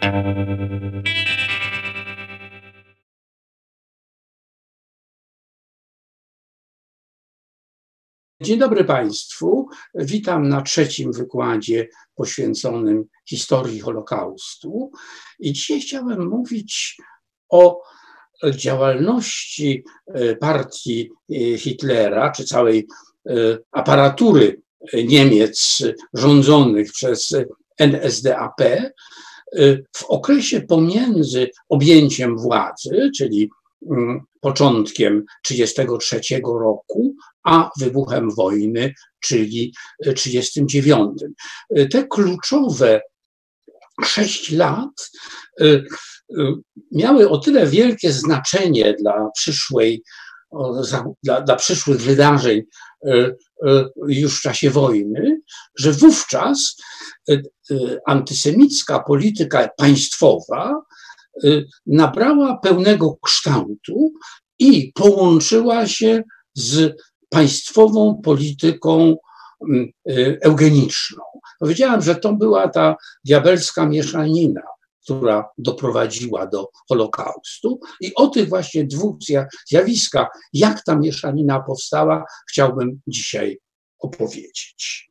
Dzień dobry Państwu. Witam na trzecim wykładzie poświęconym historii Holokaustu. I dzisiaj chciałem mówić o działalności partii Hitlera, czy całej aparatury Niemiec rządzonych przez NSDAP w okresie pomiędzy objęciem władzy, czyli początkiem 1933 roku, a wybuchem wojny, czyli 1939. Te kluczowe 6 lat miały o tyle wielkie znaczenie dla przyszłych wydarzeń już w czasie wojny, że wówczas antysemicka polityka państwowa nabrała pełnego kształtu i połączyła się z państwową polityką eugeniczną. Powiedziałem, że to była ta diabelska mieszanina, która doprowadziła do Holokaustu, i o tych właśnie dwóch zjawiskach, jak ta mieszanina powstała, chciałbym dzisiaj opowiedzieć.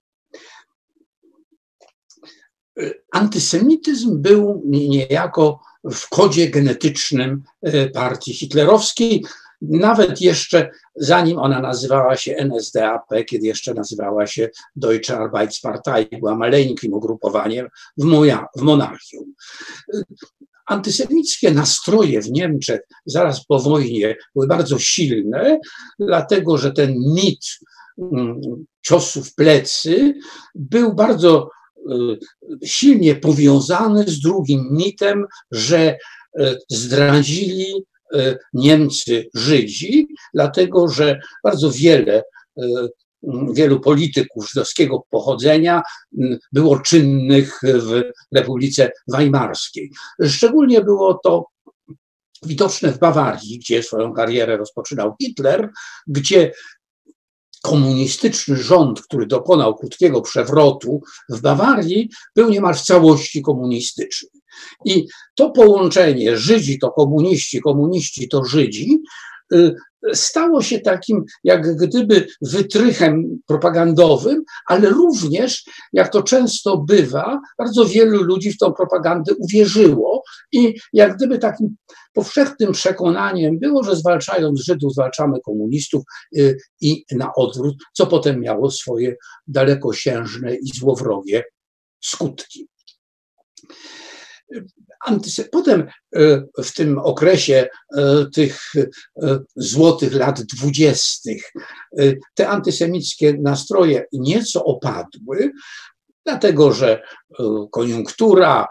Antysemityzm był niejako w kodzie genetycznym partii hitlerowskiej, nawet jeszcze zanim ona nazywała się NSDAP, kiedy jeszcze nazywała się Deutsche Arbeitspartei, była maleńkim ugrupowaniem w Monachium. Antysemickie nastroje w Niemczech zaraz po wojnie były bardzo silne, dlatego że ten mit ciosu w plecy był bardzo silnie powiązany z drugim mitem, że zdradzili Niemcy Żydzi, dlatego że bardzo wielu polityków żydowskiego pochodzenia było czynnych w Republice Weimarskiej. Szczególnie było to widoczne w Bawarii, gdzie swoją karierę rozpoczynał Hitler, gdzie komunistyczny rząd, który dokonał krótkiego przewrotu w Bawarii, był niemal w całości komunistyczny. I to połączenie Żydzi to komuniści, komuniści to Żydzi stało się takim jak gdyby wytrychem propagandowym, ale również, jak to często bywa, bardzo wielu ludzi w tą propagandę uwierzyło i jak gdyby takim powszechnym przekonaniem było, że zwalczając Żydów zwalczamy komunistów i na odwrót, co potem miało swoje dalekosiężne i złowrogie skutki. Potem w tym okresie tych złotych lat 20. te antysemickie nastroje nieco opadły, dlatego że koniunktura,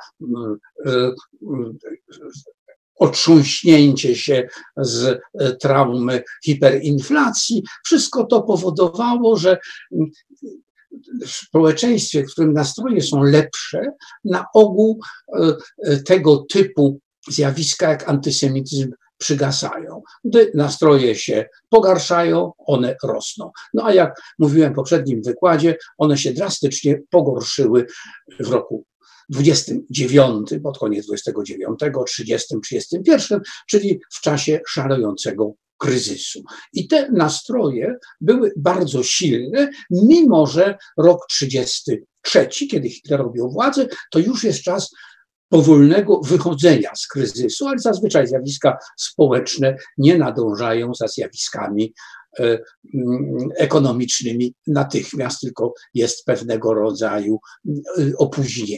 otrząśnięcie się z traumy hiperinflacji, wszystko to powodowało, że w społeczeństwie, w którym nastroje są lepsze, na ogół tego typu zjawiska jak antysemityzm przygasają. Gdy nastroje się pogarszają, one rosną. No a jak mówiłem w poprzednim wykładzie, one się drastycznie pogorszyły w roku 29, pod koniec 29, 30, 31, czyli w czasie szalejącego kryzysu. I te nastroje były bardzo silne, mimo że rok 33, kiedy Hitler objął władzę, to już jest czas powolnego wychodzenia z kryzysu, ale zazwyczaj zjawiska społeczne nie nadążają za zjawiskami ekonomicznymi natychmiast, tylko jest pewnego rodzaju opóźnienie.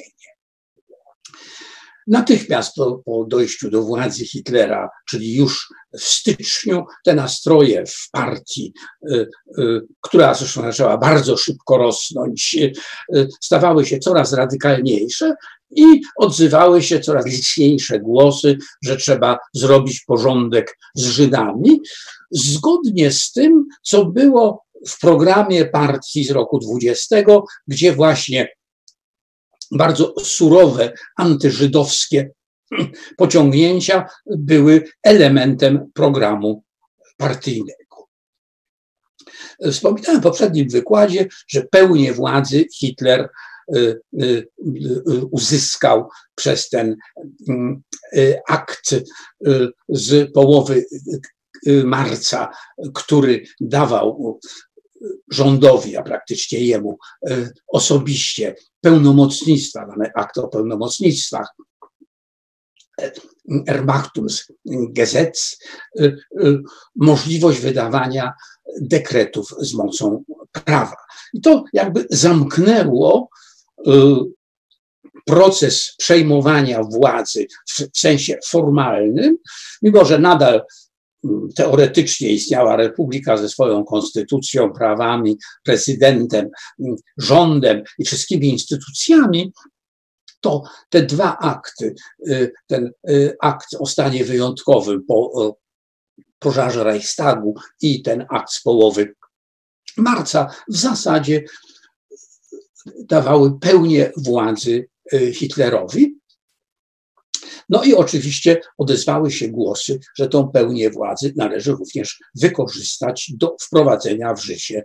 Natychmiast po dojściu do władzy Hitlera, czyli już w styczniu, te nastroje w partii, która zresztą zaczęła bardzo szybko rosnąć, stawały się coraz radykalniejsze i odzywały się coraz liczniejsze głosy, że trzeba zrobić porządek z Żydami, zgodnie z tym, co było w programie partii z roku 20, gdzie właśnie bardzo surowe, antyżydowskie pociągnięcia były elementem programu partyjnego. Wspominałem w poprzednim wykładzie, że pełnię władzy Hitler uzyskał przez ten akt z połowy marca, który dawał rządowi, a praktycznie jemu osobiście pełnomocnictwa, mamy akt o pełnomocnictwach, Ermachtumsgesetz, możliwość wydawania dekretów z mocą prawa. I to jakby zamknęło proces przejmowania władzy w sensie formalnym, mimo że nadal teoretycznie istniała republika ze swoją konstytucją, prawami, prezydentem, rządem i wszystkimi instytucjami, to te dwa akty, ten akt o stanie wyjątkowym po pożarze Reichstagu i ten akt z połowy marca w zasadzie dawały pełnię władzy Hitlerowi. No i oczywiście odezwały się głosy, że tą pełnię władzy należy również wykorzystać do wprowadzenia w życie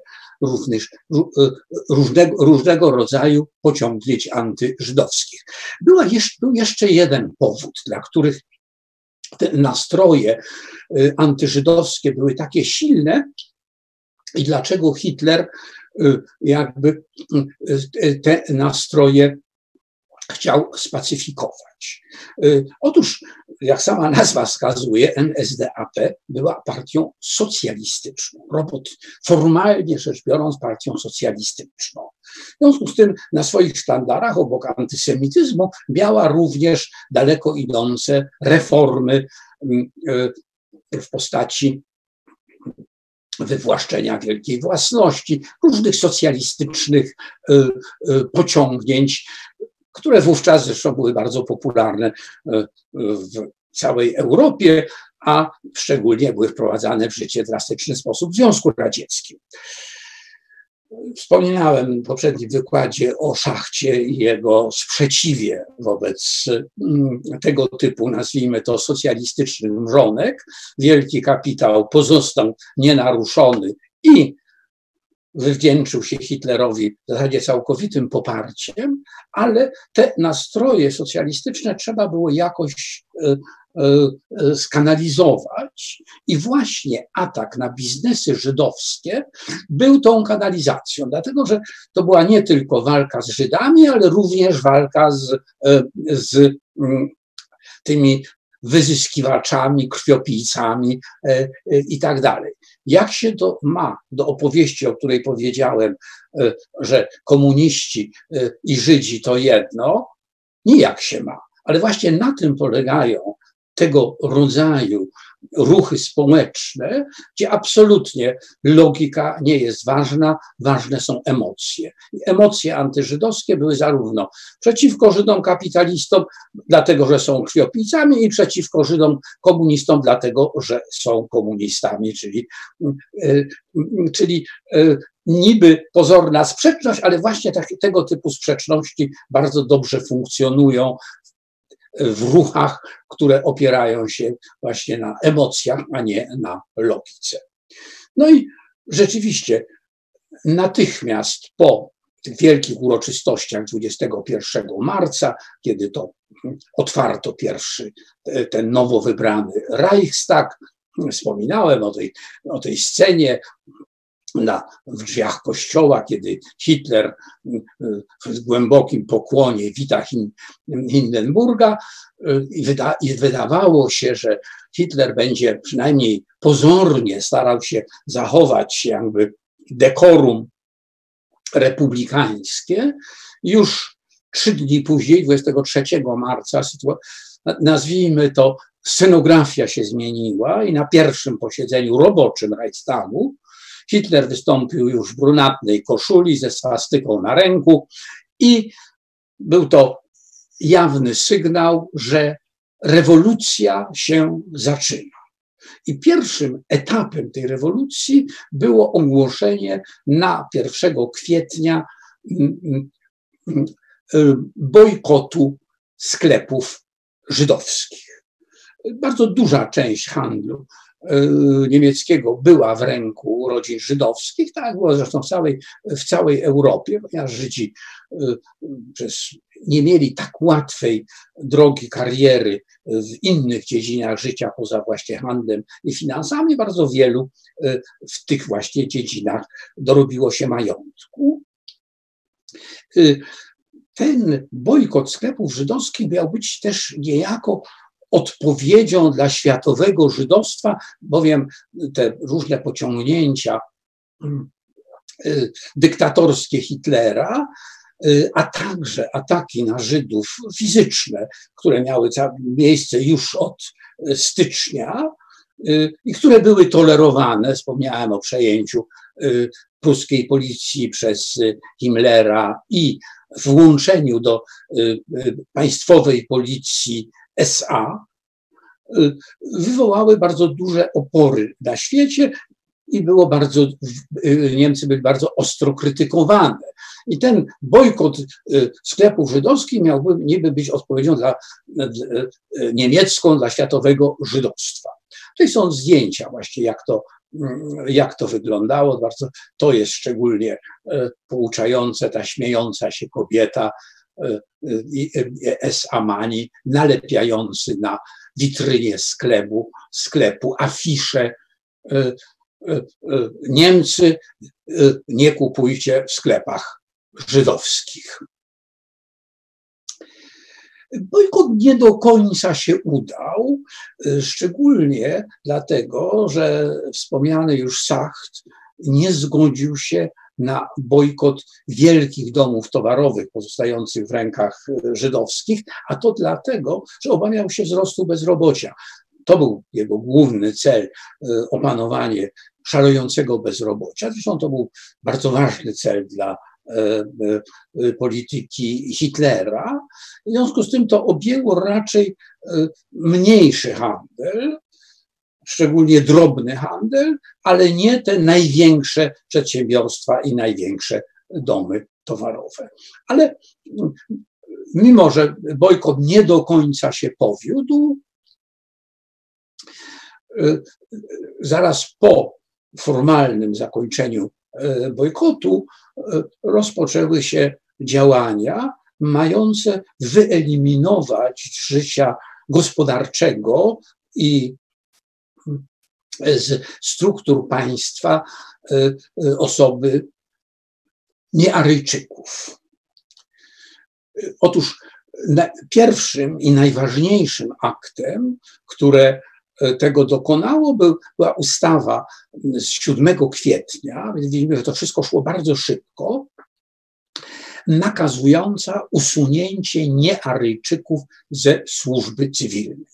różnego rodzaju pociągnięć antyżydowskich. Był jeszcze jeden powód, dla których te nastroje antyżydowskie były takie silne i dlaczego Hitler jakby te nastroje chciał spacyfikować. Otóż, jak sama nazwa wskazuje, NSDAP była partią socjalistyczną. Formalnie rzecz biorąc, partią socjalistyczną. W związku z tym na swoich sztandarach obok antysemityzmu miała również daleko idące reformy w postaci wywłaszczenia wielkiej własności, różnych socjalistycznych pociągnięć, które wówczas zresztą były bardzo popularne w całej Europie, a szczególnie były wprowadzane w życie w drastyczny sposób w Związku Radzieckim. Wspominałem w poprzednim wykładzie o szachcie i jego sprzeciwie wobec tego typu, nazwijmy to, socjalistycznych mrzonek. Wielki kapitał pozostał nienaruszony i wywdzięczył się Hitlerowi w zasadzie całkowitym poparciem, ale te nastroje socjalistyczne trzeba było jakoś skanalizować i właśnie atak na biznesy żydowskie był tą kanalizacją, dlatego że to była nie tylko walka z Żydami, ale również walka z tymi wyzyskiwaczami, krwiopijcami i tak dalej. Jak się to ma do opowieści, o której powiedziałem, że komuniści i Żydzi to jedno? Nijak się ma, ale właśnie na tym polegają tego rodzaju ruchy społeczne, gdzie absolutnie logika nie jest ważna, ważne są emocje. I emocje antyżydowskie były zarówno przeciwko Żydom kapitalistom, dlatego że są krwiopijcami, i przeciwko Żydom komunistom, dlatego że są komunistami, czyli niby pozorna sprzeczność, ale właśnie tego typu sprzeczności bardzo dobrze funkcjonują w ruchach, które opierają się właśnie na emocjach, a nie na logice. No i rzeczywiście natychmiast po tych wielkich uroczystościach 21 marca, kiedy to otwarto pierwszy ten nowo wybrany Reichstag, wspominałem o tej scenie w drzwiach kościoła, kiedy Hitler w głębokim pokłonie wita Hindenburga i wydawało się, że Hitler będzie przynajmniej pozornie starał się zachować jakby dekorum republikańskie. Już 3 dni później, 23 marca, nazwijmy to, scenografia się zmieniła i na pierwszym posiedzeniu roboczym Reichstagu Hitler wystąpił już w brunatnej koszuli ze swastyką na ręku i był to jawny sygnał, że rewolucja się zaczyna. I pierwszym etapem tej rewolucji było ogłoszenie na 1 kwietnia bojkotu sklepów żydowskich. Bardzo duża część handlu niemieckiego była w ręku rodzin żydowskich, tak było zresztą w całej Europie, ponieważ Żydzi nie mieli tak łatwej drogi kariery w innych dziedzinach życia poza właśnie handlem i finansami. Bardzo wielu w tych właśnie dziedzinach dorobiło się majątku. Ten bojkot sklepów żydowskich miał być też niejako odpowiedzią dla światowego żydostwa, bowiem te różne pociągnięcia dyktatorskie Hitlera, a także ataki na Żydów fizyczne, które miały miejsce już od stycznia i które były tolerowane. Wspomniałem o przejęciu pruskiej policji przez Himmlera i włączeniu do państwowej policji SA, wywołały bardzo duże opory na świecie i Niemcy byli bardzo ostro krytykowane. I ten bojkot sklepów żydowskich miałby niby być odpowiedzią niemiecką dla światowego żydostwa. Tutaj są zdjęcia właśnie, jak to wyglądało. To jest szczególnie pouczające, ta śmiejąca się kobieta S.A.Mani, nalepiający na witrynie sklepu afisze: Niemcy, nie kupujcie w sklepach żydowskich. Bojkot nie do końca się udał, szczególnie dlatego, że wspomniany już Sacht nie zgodził się na bojkot wielkich domów towarowych pozostających w rękach żydowskich, a to dlatego, że obawiał się wzrostu bezrobocia. To był jego główny cel, opanowanie szalejącego bezrobocia. Zresztą to był bardzo ważny cel dla polityki Hitlera. W związku z tym to objęło raczej mniejszy handel, szczególnie drobny handel, ale nie te największe przedsiębiorstwa i największe domy towarowe. Ale mimo że bojkot nie do końca się powiódł, zaraz po formalnym zakończeniu bojkotu rozpoczęły się działania mające wyeliminować z życia gospodarczego i z struktur państwa osoby niearyjczyków. Otóż pierwszym i najważniejszym aktem, które tego dokonało, była ustawa z 7 kwietnia, więc widzimy, że to wszystko szło bardzo szybko, nakazująca usunięcie niearyjczyków ze służby cywilnej.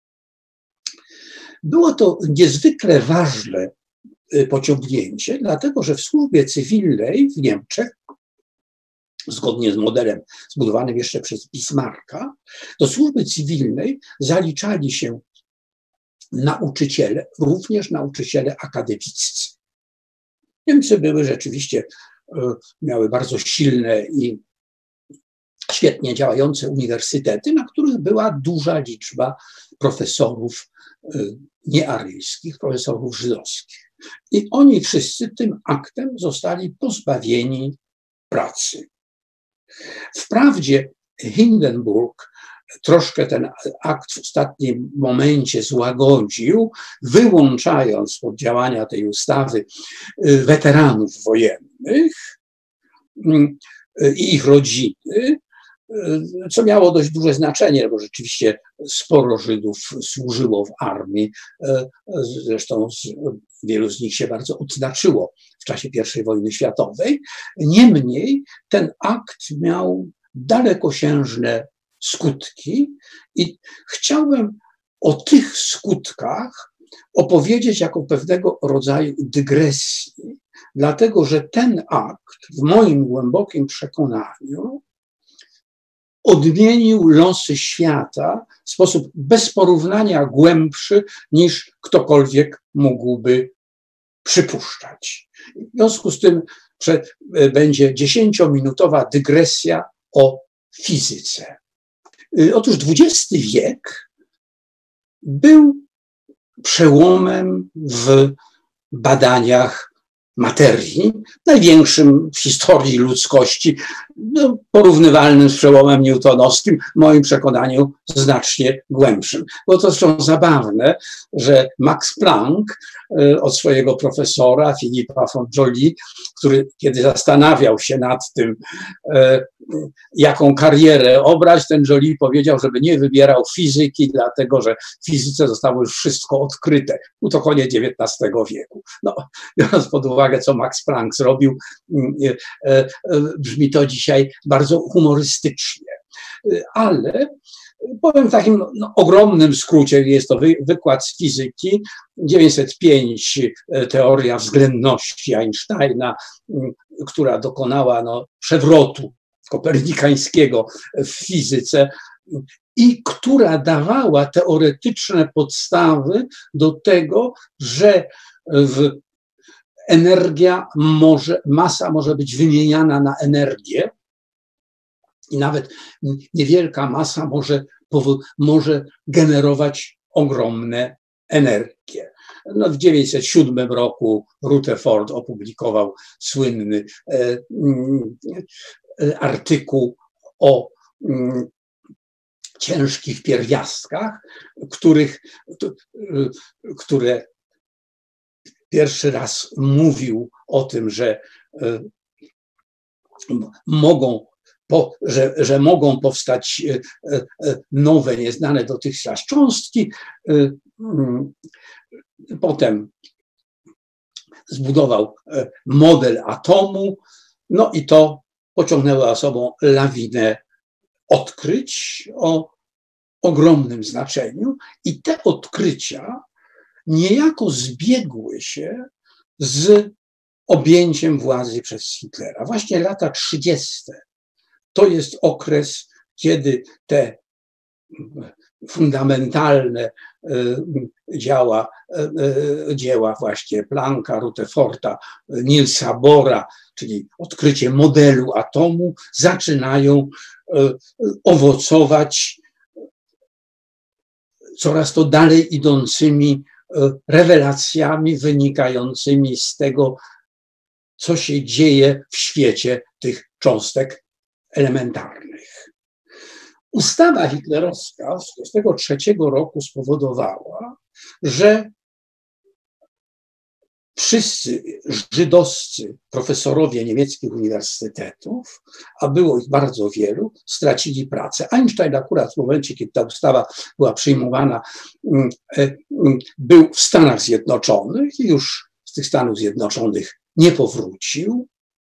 Było to niezwykle ważne pociągnięcie, dlatego że w służbie cywilnej w Niemczech, zgodnie z modelem zbudowanym jeszcze przez Bismarcka, do służby cywilnej zaliczali się nauczyciele, również nauczyciele akademiccy. Niemcy miały bardzo silne i świetnie działające uniwersytety, na których była duża liczba profesorów niearyjskich, profesorów żydowskich. I oni wszyscy tym aktem zostali pozbawieni pracy. Wprawdzie Hindenburg troszkę ten akt w ostatnim momencie złagodził, wyłączając spod działania tej ustawy weteranów wojennych i ich rodziny, co miało dość duże znaczenie, bo rzeczywiście sporo Żydów służyło w armii. Zresztą wielu z nich się bardzo odznaczyło w czasie I wojny światowej. Niemniej ten akt miał dalekosiężne skutki i chciałem o tych skutkach opowiedzieć jako pewnego rodzaju dygresji, dlatego że ten akt w moim głębokim przekonaniu odmienił losy świata w sposób bez porównania głębszy niż ktokolwiek mógłby przypuszczać. W związku z tym będzie 10-minutowa dygresja o fizyce. Otóż XX wiek był przełomem w badaniach materii, największym w historii ludzkości, no, porównywalnym z przełomem newtonowskim, w moim przekonaniu znacznie głębszym. Bo to zresztą zabawne, że Max Planck od swojego profesora Philippa von Joly, który kiedy zastanawiał się nad tym, jaką karierę obrać, ten Joly powiedział, żeby nie wybierał fizyki, dlatego że w fizyce zostało już wszystko odkryte. Był to koniec XIX wieku. No, biorąc pod uwagę, co Max Planck zrobił, brzmi to dzisiaj bardzo humorystycznie. Ale powiem w takim ogromnym skrócie, jest to wykład z fizyki, 905 teoria względności Einsteina, która dokonała przewrotu kopernikańskiego w fizyce i która dawała teoretyczne podstawy do tego, że masa może być wymieniana na energię i nawet niewielka masa może generować ogromne energie. No, w 1907 roku Rutherford opublikował słynny artykuł o ciężkich pierwiastkach, które pierwszy raz mówił o tym, że mogą powstać nowe, nieznane dotychczas cząstki. Potem zbudował model atomu, no i to pociągnęło za sobą lawinę odkryć o ogromnym znaczeniu i te odkrycia niejako zbiegły się z objęciem władzy przez Hitlera. Właśnie lata 30. to jest okres, kiedy te fundamentalne dzieła właśnie Plancka, Rutherforda, Nielsa Bohra, czyli odkrycie modelu atomu, zaczynają owocować coraz to dalej idącymi rewelacjami wynikającymi z tego, co się dzieje w świecie tych cząstek elementarnych. Ustawa hitlerowska z 1933 roku spowodowała, że wszyscy żydowscy profesorowie niemieckich uniwersytetów, a było ich bardzo wielu, stracili pracę. Einstein akurat w momencie, kiedy ta ustawa była przyjmowana, był w Stanach Zjednoczonych i już z tych Stanów Zjednoczonych nie powrócił.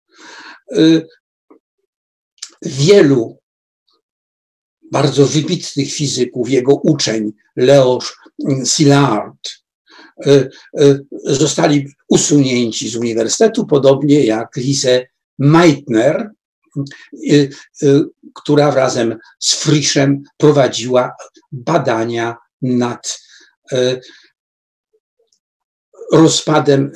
Wielu bardzo wybitnych fizyków, jego uczeń Leoš Szilard, zostali usunięci z uniwersytetu, podobnie jak Lise Meitner, która razem z Frischem prowadziła badania nad rozpadem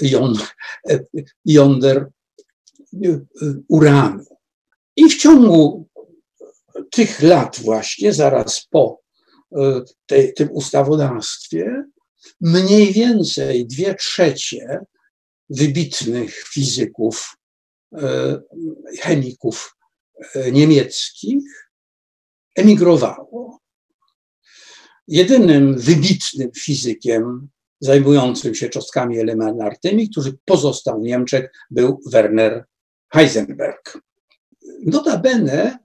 jąder uranu. I w ciągu tych lat właśnie, zaraz po tym ustawodawstwie, mniej więcej 2/3 wybitnych fizyków, chemików niemieckich emigrowało. Jedynym wybitnym fizykiem zajmującym się cząstkami elementarnymi, który pozostał w Niemczech, był Werner Heisenberg. Notabene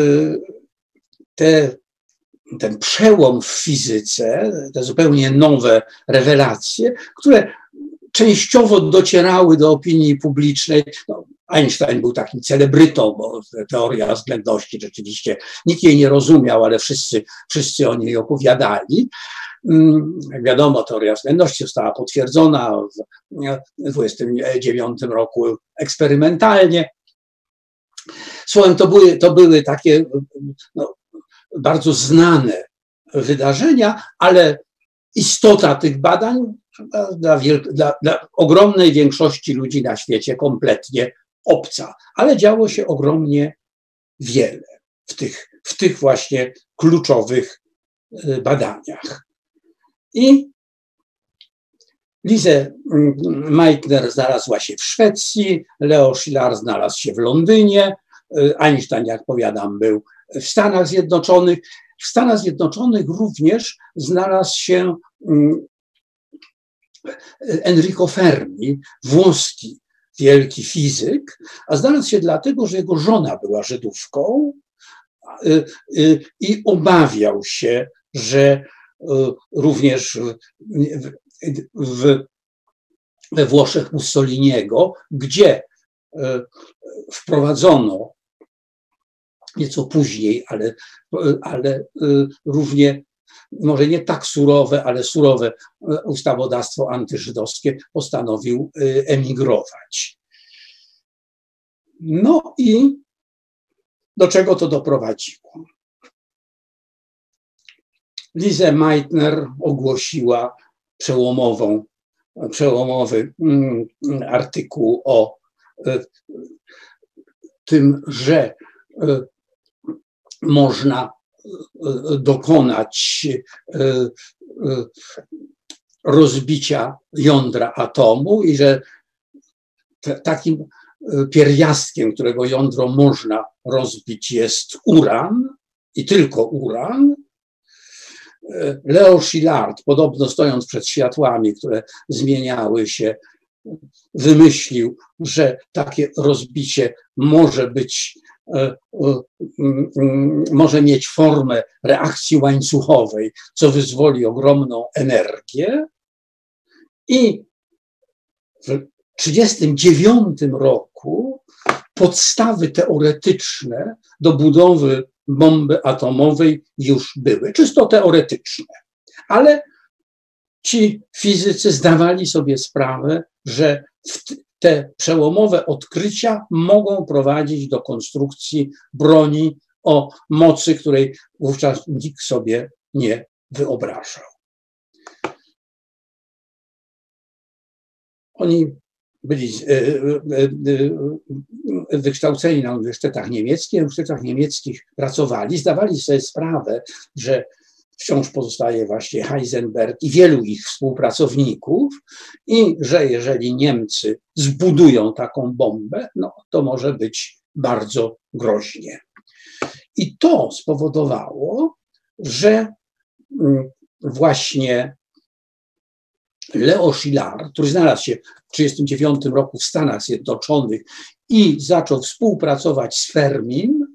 ten przełom w fizyce, te zupełnie nowe rewelacje, które częściowo docierały do opinii publicznej. No, Einstein był takim celebrytą, bo teoria względności rzeczywiście nikt jej nie rozumiał, ale wszyscy o niej opowiadali. Jak wiadomo, teoria względności została potwierdzona w 1929 roku eksperymentalnie. Słowem, to były takie bardzo znane wydarzenia, ale istota tych badań dla ogromnej większości ludzi na świecie kompletnie obca. Ale działo się ogromnie wiele w tych właśnie kluczowych badaniach. I Lise Meitner znalazła się w Szwecji, Leo Szilard znalazł się w Londynie, Einstein, jak powiadam, był w Stanach Zjednoczonych. W Stanach Zjednoczonych również znalazł się Enrico Fermi, włoski wielki fizyk, a znalazł się dlatego, że jego żona była Żydówką i obawiał się, że również we Włoszech Mussoliniego, gdzie wprowadzono nieco później, ale równie, może nie tak surowe, ale surowe ustawodawstwo antyżydowskie, postanowił emigrować. No i do czego to doprowadziło? Lise Meitner ogłosiła przełomowy artykuł o tym, że można dokonać rozbicia jądra atomu i że takim pierwiastkiem, którego jądro można rozbić, jest uran i tylko uran. Leo Szilard, podobno stojąc przed światłami, które zmieniały się, wymyślił, że takie rozbicie może mieć formę reakcji łańcuchowej, co wyzwoli ogromną energię. I w 1939 roku podstawy teoretyczne do budowy bomby atomowej już były, czysto teoretyczne. Ale ci fizycy zdawali sobie sprawę, że te przełomowe odkrycia mogą prowadzić do konstrukcji broni o mocy, której wówczas nikt sobie nie wyobrażał. Oni byli wykształceni na uniwersytetach niemieckich pracowali, zdawali sobie sprawę, że wciąż pozostaje właśnie Heisenberg i wielu ich współpracowników i że jeżeli Niemcy zbudują taką bombę, no to może być bardzo groźnie. I to spowodowało, że właśnie Leo Szilard, który znalazł się w 1939 roku w Stanach Zjednoczonych i zaczął współpracować z Fermim,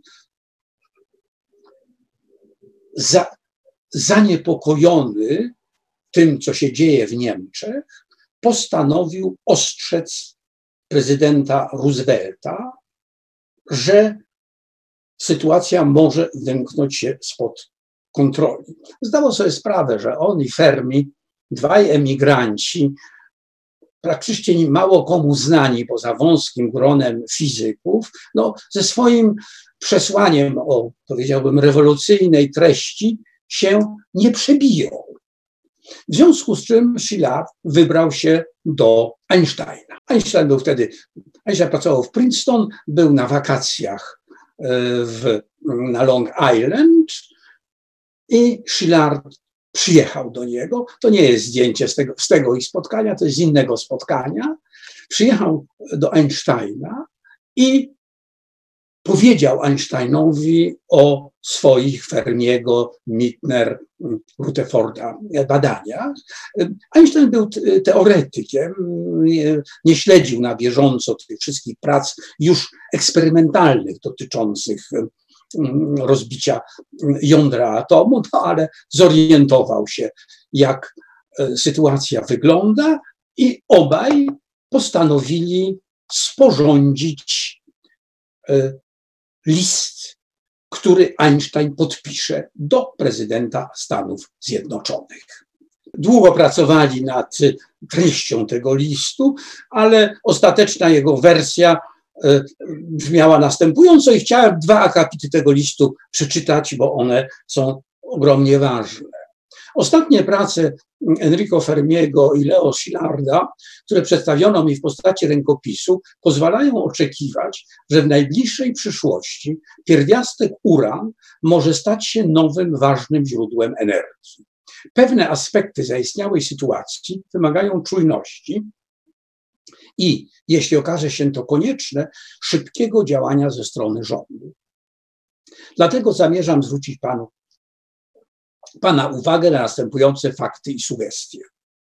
zaniepokojony tym, co się dzieje w Niemczech, postanowił ostrzec prezydenta Roosevelta, że sytuacja może wymknąć się spod kontroli. Zdawał sobie sprawę, że on i Fermi, dwaj emigranci, praktycznie mało komu znani poza wąskim gronem fizyków, no, ze swoim przesłaniem o, powiedziałbym, rewolucyjnej treści się nie przebiją. W związku z czym Szilard wybrał się do Einsteina. Einstein pracował w Princeton, był na wakacjach na Long Island i Szilard przyjechał do niego. To nie jest zdjęcie z tego ich spotkania, to jest z innego spotkania. Przyjechał do Einsteina i powiedział Einsteinowi o swoich Fermiego, Meitner, Rutherforda badaniach. Einstein był teoretykiem, nie śledził na bieżąco tych wszystkich prac już eksperymentalnych dotyczących rozbicia jądra atomu, no ale zorientował się, jak sytuacja wygląda i obaj postanowili sporządzić list, który Einstein podpisze do prezydenta Stanów Zjednoczonych. Długo pracowali nad treścią tego listu, ale ostateczna jego wersja brzmiała następująco i chciałem 2 akapity tego listu przeczytać, bo one są ogromnie ważne. Ostatnie prace Enrico Fermiego i Leo Szilarda, które przedstawiono mi w postaci rękopisu, pozwalają oczekiwać, że w najbliższej przyszłości pierwiastek uran może stać się nowym, ważnym źródłem energii. Pewne aspekty zaistniałej sytuacji wymagają czujności i, jeśli okaże się to konieczne, szybkiego działania ze strony rządu. Dlatego zamierzam zwrócić Pana uwagę na następujące fakty i sugestie.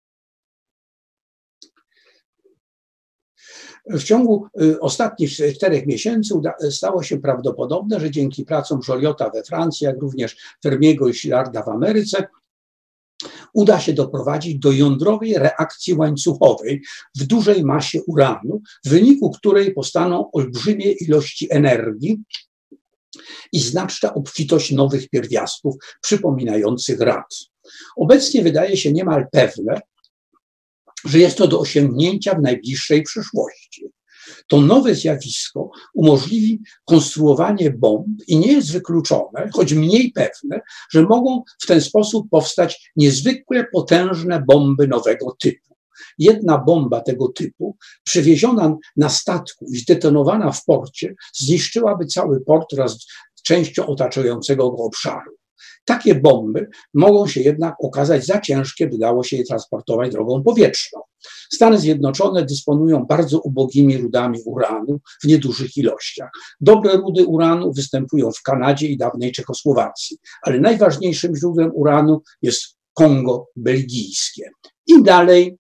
W ciągu ostatnich 4 miesięcy stało się prawdopodobne, że dzięki pracom Joliota we Francji, jak również Fermiego i Szillarda w Ameryce, uda się doprowadzić do jądrowej reakcji łańcuchowej w dużej masie uranu, w wyniku której powstaną olbrzymie ilości energii i znaczna obfitość nowych pierwiastków przypominających rad. Obecnie wydaje się niemal pewne, że jest to do osiągnięcia w najbliższej przyszłości. To nowe zjawisko umożliwi konstruowanie bomb i nie jest wykluczone, choć mniej pewne, że mogą w ten sposób powstać niezwykle potężne bomby nowego typu. Jedna bomba tego typu, przewieziona na statku i zdetonowana w porcie, zniszczyłaby cały port wraz z częścią otaczającego go obszaru. Takie bomby mogą się jednak okazać za ciężkie, by dało się je transportować drogą powietrzną. Stany Zjednoczone dysponują bardzo ubogimi rudami uranu w niedużych ilościach. Dobre rudy uranu występują w Kanadzie i dawnej Czechosłowacji, ale najważniejszym źródłem uranu jest Kongo belgijskie. I dalej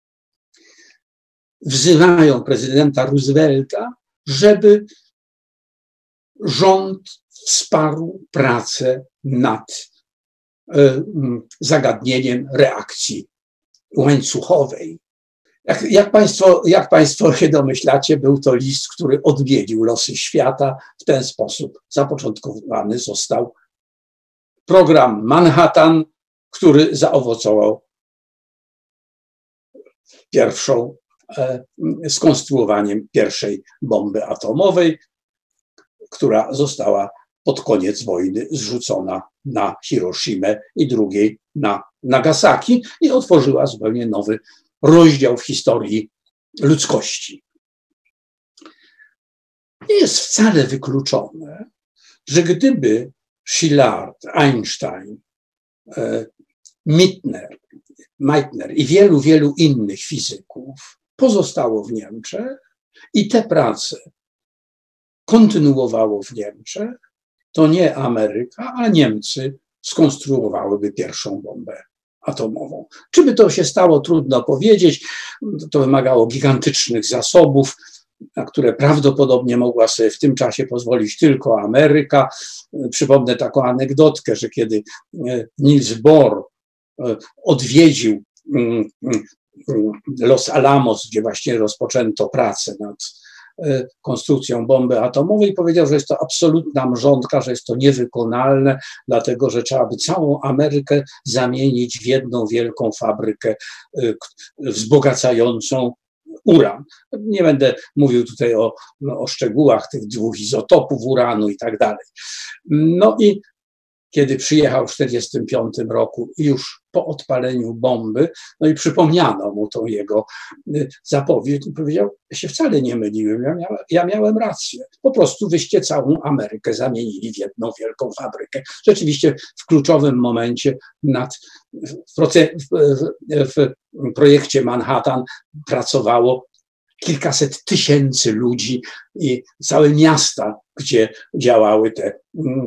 wzywają prezydenta Roosevelta, żeby rząd wsparł pracę nad zagadnieniem reakcji łańcuchowej. Jak państwo się domyślacie, był to list, który odmienił losy świata. W ten sposób zapoczątkowany został program Manhattan, który zaowocował skonstruowaniem pierwszej bomby atomowej, która została pod koniec wojny zrzucona na Hiroshimę i drugiej na Nagasaki i otworzyła zupełnie nowy rozdział w historii ludzkości. Nie jest wcale wykluczone, że gdyby Szilard, Einstein, Meitner i wielu innych fizyków pozostało w Niemczech i te prace kontynuowało w Niemczech, to nie Ameryka, a Niemcy skonstruowałyby pierwszą bombę atomową. Czy by to się stało, trudno powiedzieć. To wymagało gigantycznych zasobów, na które prawdopodobnie mogła sobie w tym czasie pozwolić tylko Ameryka. Przypomnę taką anegdotkę, że kiedy Niels Bohr odwiedził Los Alamos, gdzie właśnie rozpoczęto pracę nad konstrukcją bomby atomowej, powiedział, że jest to absolutna mrzonka, że jest to niewykonalne, dlatego że trzeba by całą Amerykę zamienić w jedną wielką fabrykę wzbogacającą uran. Nie będę mówił tutaj o szczegółach tych 2 izotopów uranu i tak dalej. No i kiedy przyjechał w 1945 roku, już po odpaleniu bomby, no i przypomniano mu tą jego zapowiedź i powiedział, ja się wcale nie myliłem, ja miałem rację. Po prostu wyście całą Amerykę zamienili w jedną wielką fabrykę. Rzeczywiście w kluczowym momencie w projekcie Manhattan pracowało kilkaset tysięcy ludzi i całe miasta, gdzie działały te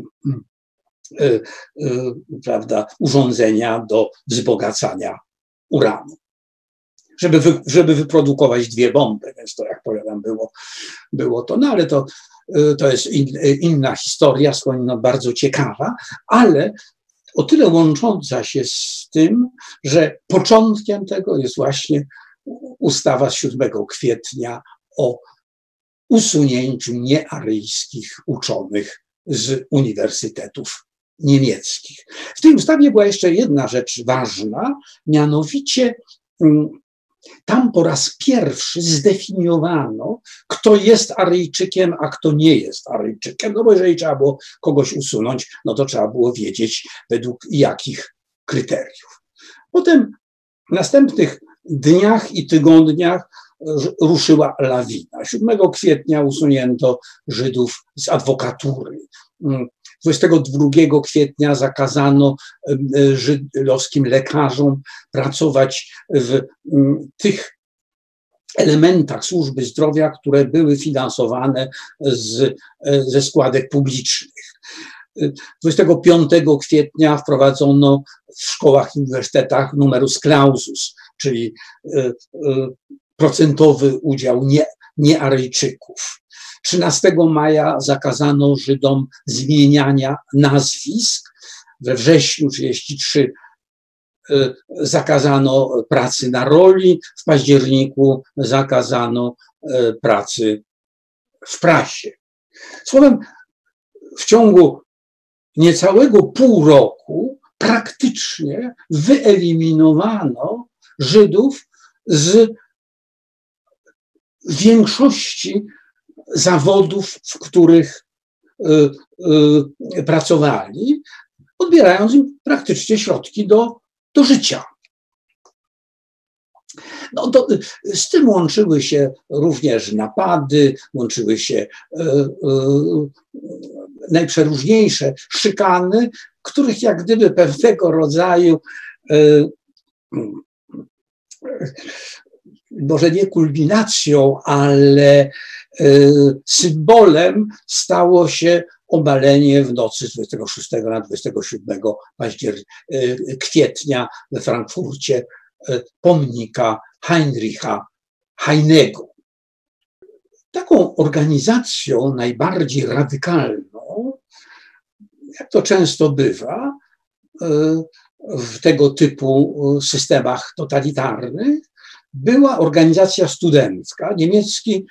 urządzenia do wzbogacania uranu. Żeby wyprodukować 2 bomby, więc to, jak powiadam, było to. No ale to jest inna historia, skądinąd bardzo ciekawa, ale o tyle łącząca się z tym, że początkiem tego jest właśnie ustawa z 7 kwietnia o usunięciu niearyjskich uczonych z uniwersytetów niemieckich. W tej ustawie była jeszcze jedna rzecz ważna, mianowicie tam po raz pierwszy zdefiniowano, kto jest Aryjczykiem, a kto nie jest Aryjczykiem. No bo jeżeli trzeba było kogoś usunąć, no to trzeba było wiedzieć, według jakich kryteriów. Potem w następnych dniach i tygodniach ruszyła lawina. 7 kwietnia usunięto Żydów z adwokatury. 22 kwietnia zakazano żydowskim lekarzom pracować w tych elementach służby zdrowia, które były finansowane ze składek publicznych. 25 kwietnia wprowadzono w szkołach i uniwersytetach numerus clausus, czyli procentowy udział niearyjczyków. 13 maja zakazano Żydom zmieniania nazwisk. We wrześniu 1933 zakazano pracy na roli, w październiku zakazano pracy w prasie. Słowem, w ciągu niecałego pół roku praktycznie wyeliminowano Żydów z większości zawodów, w których pracowali, odbierając im praktycznie środki do życia. No z tym łączyły się również napady, łączyły się najprzeróżniejsze szykany, których jak gdyby pewnego rodzaju, może nie kulminacją, ale symbolem stało się obalenie w nocy z 26 na 27 kwietnia we Frankfurcie pomnika Heinricha Heinego. Taką organizacją najbardziej radykalną, jak to często bywa w tego typu systemach totalitarnych, była organizacja studencka, niemiecki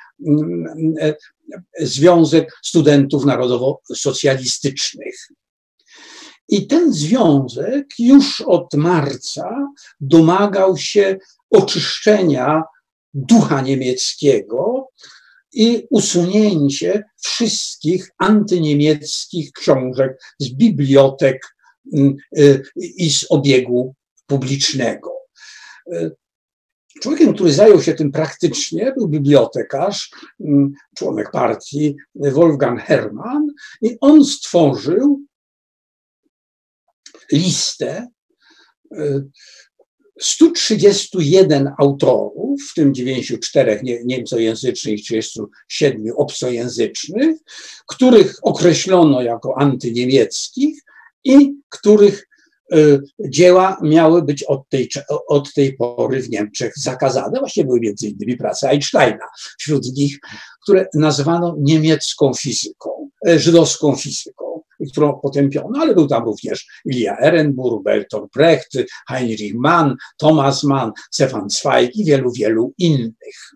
Związek Studentów Narodowo-Socjalistycznych. I ten związek już od marca domagał się oczyszczenia ducha niemieckiego i usunięcie wszystkich antyniemieckich książek z bibliotek i z obiegu publicznego. Człowiekiem, który zajął się tym praktycznie, był bibliotekarz, członek partii Wolfgang Herrmann, i on stworzył listę 131 autorów, w tym 94 niemcojęzycznych i 37 obcojęzycznych, których określono jako antyniemieckich i których dzieła miały być od tej pory w Niemczech zakazane. Właśnie były między innymi prace Einsteina wśród nich, które nazwano niemiecką fizyką, żydowską fizyką, którą potępiono, ale był tam również Ilya Ehrenburg, Bertolt Brecht, Heinrich Mann, Thomas Mann, Stefan Zweig i wielu, wielu innych.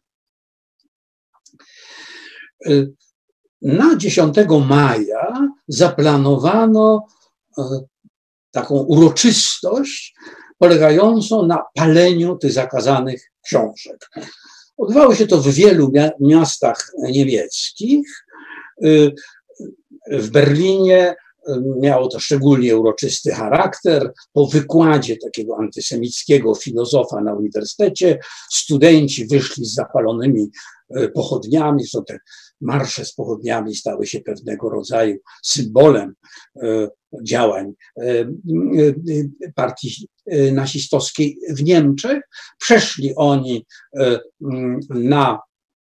Na 10 maja zaplanowano taką uroczystość polegającą na paleniu tych zakazanych książek. Odbywało się to w wielu miastach niemieckich. W Berlinie miało to szczególnie uroczysty charakter. Po wykładzie takiego antysemickiego filozofa na uniwersytecie studenci wyszli z zapalonymi pochodniami. Zresztą te marsze z pochodniami stały się pewnego rodzaju symbolem działań partii nazistowskiej w Niemczech. Przeszli oni na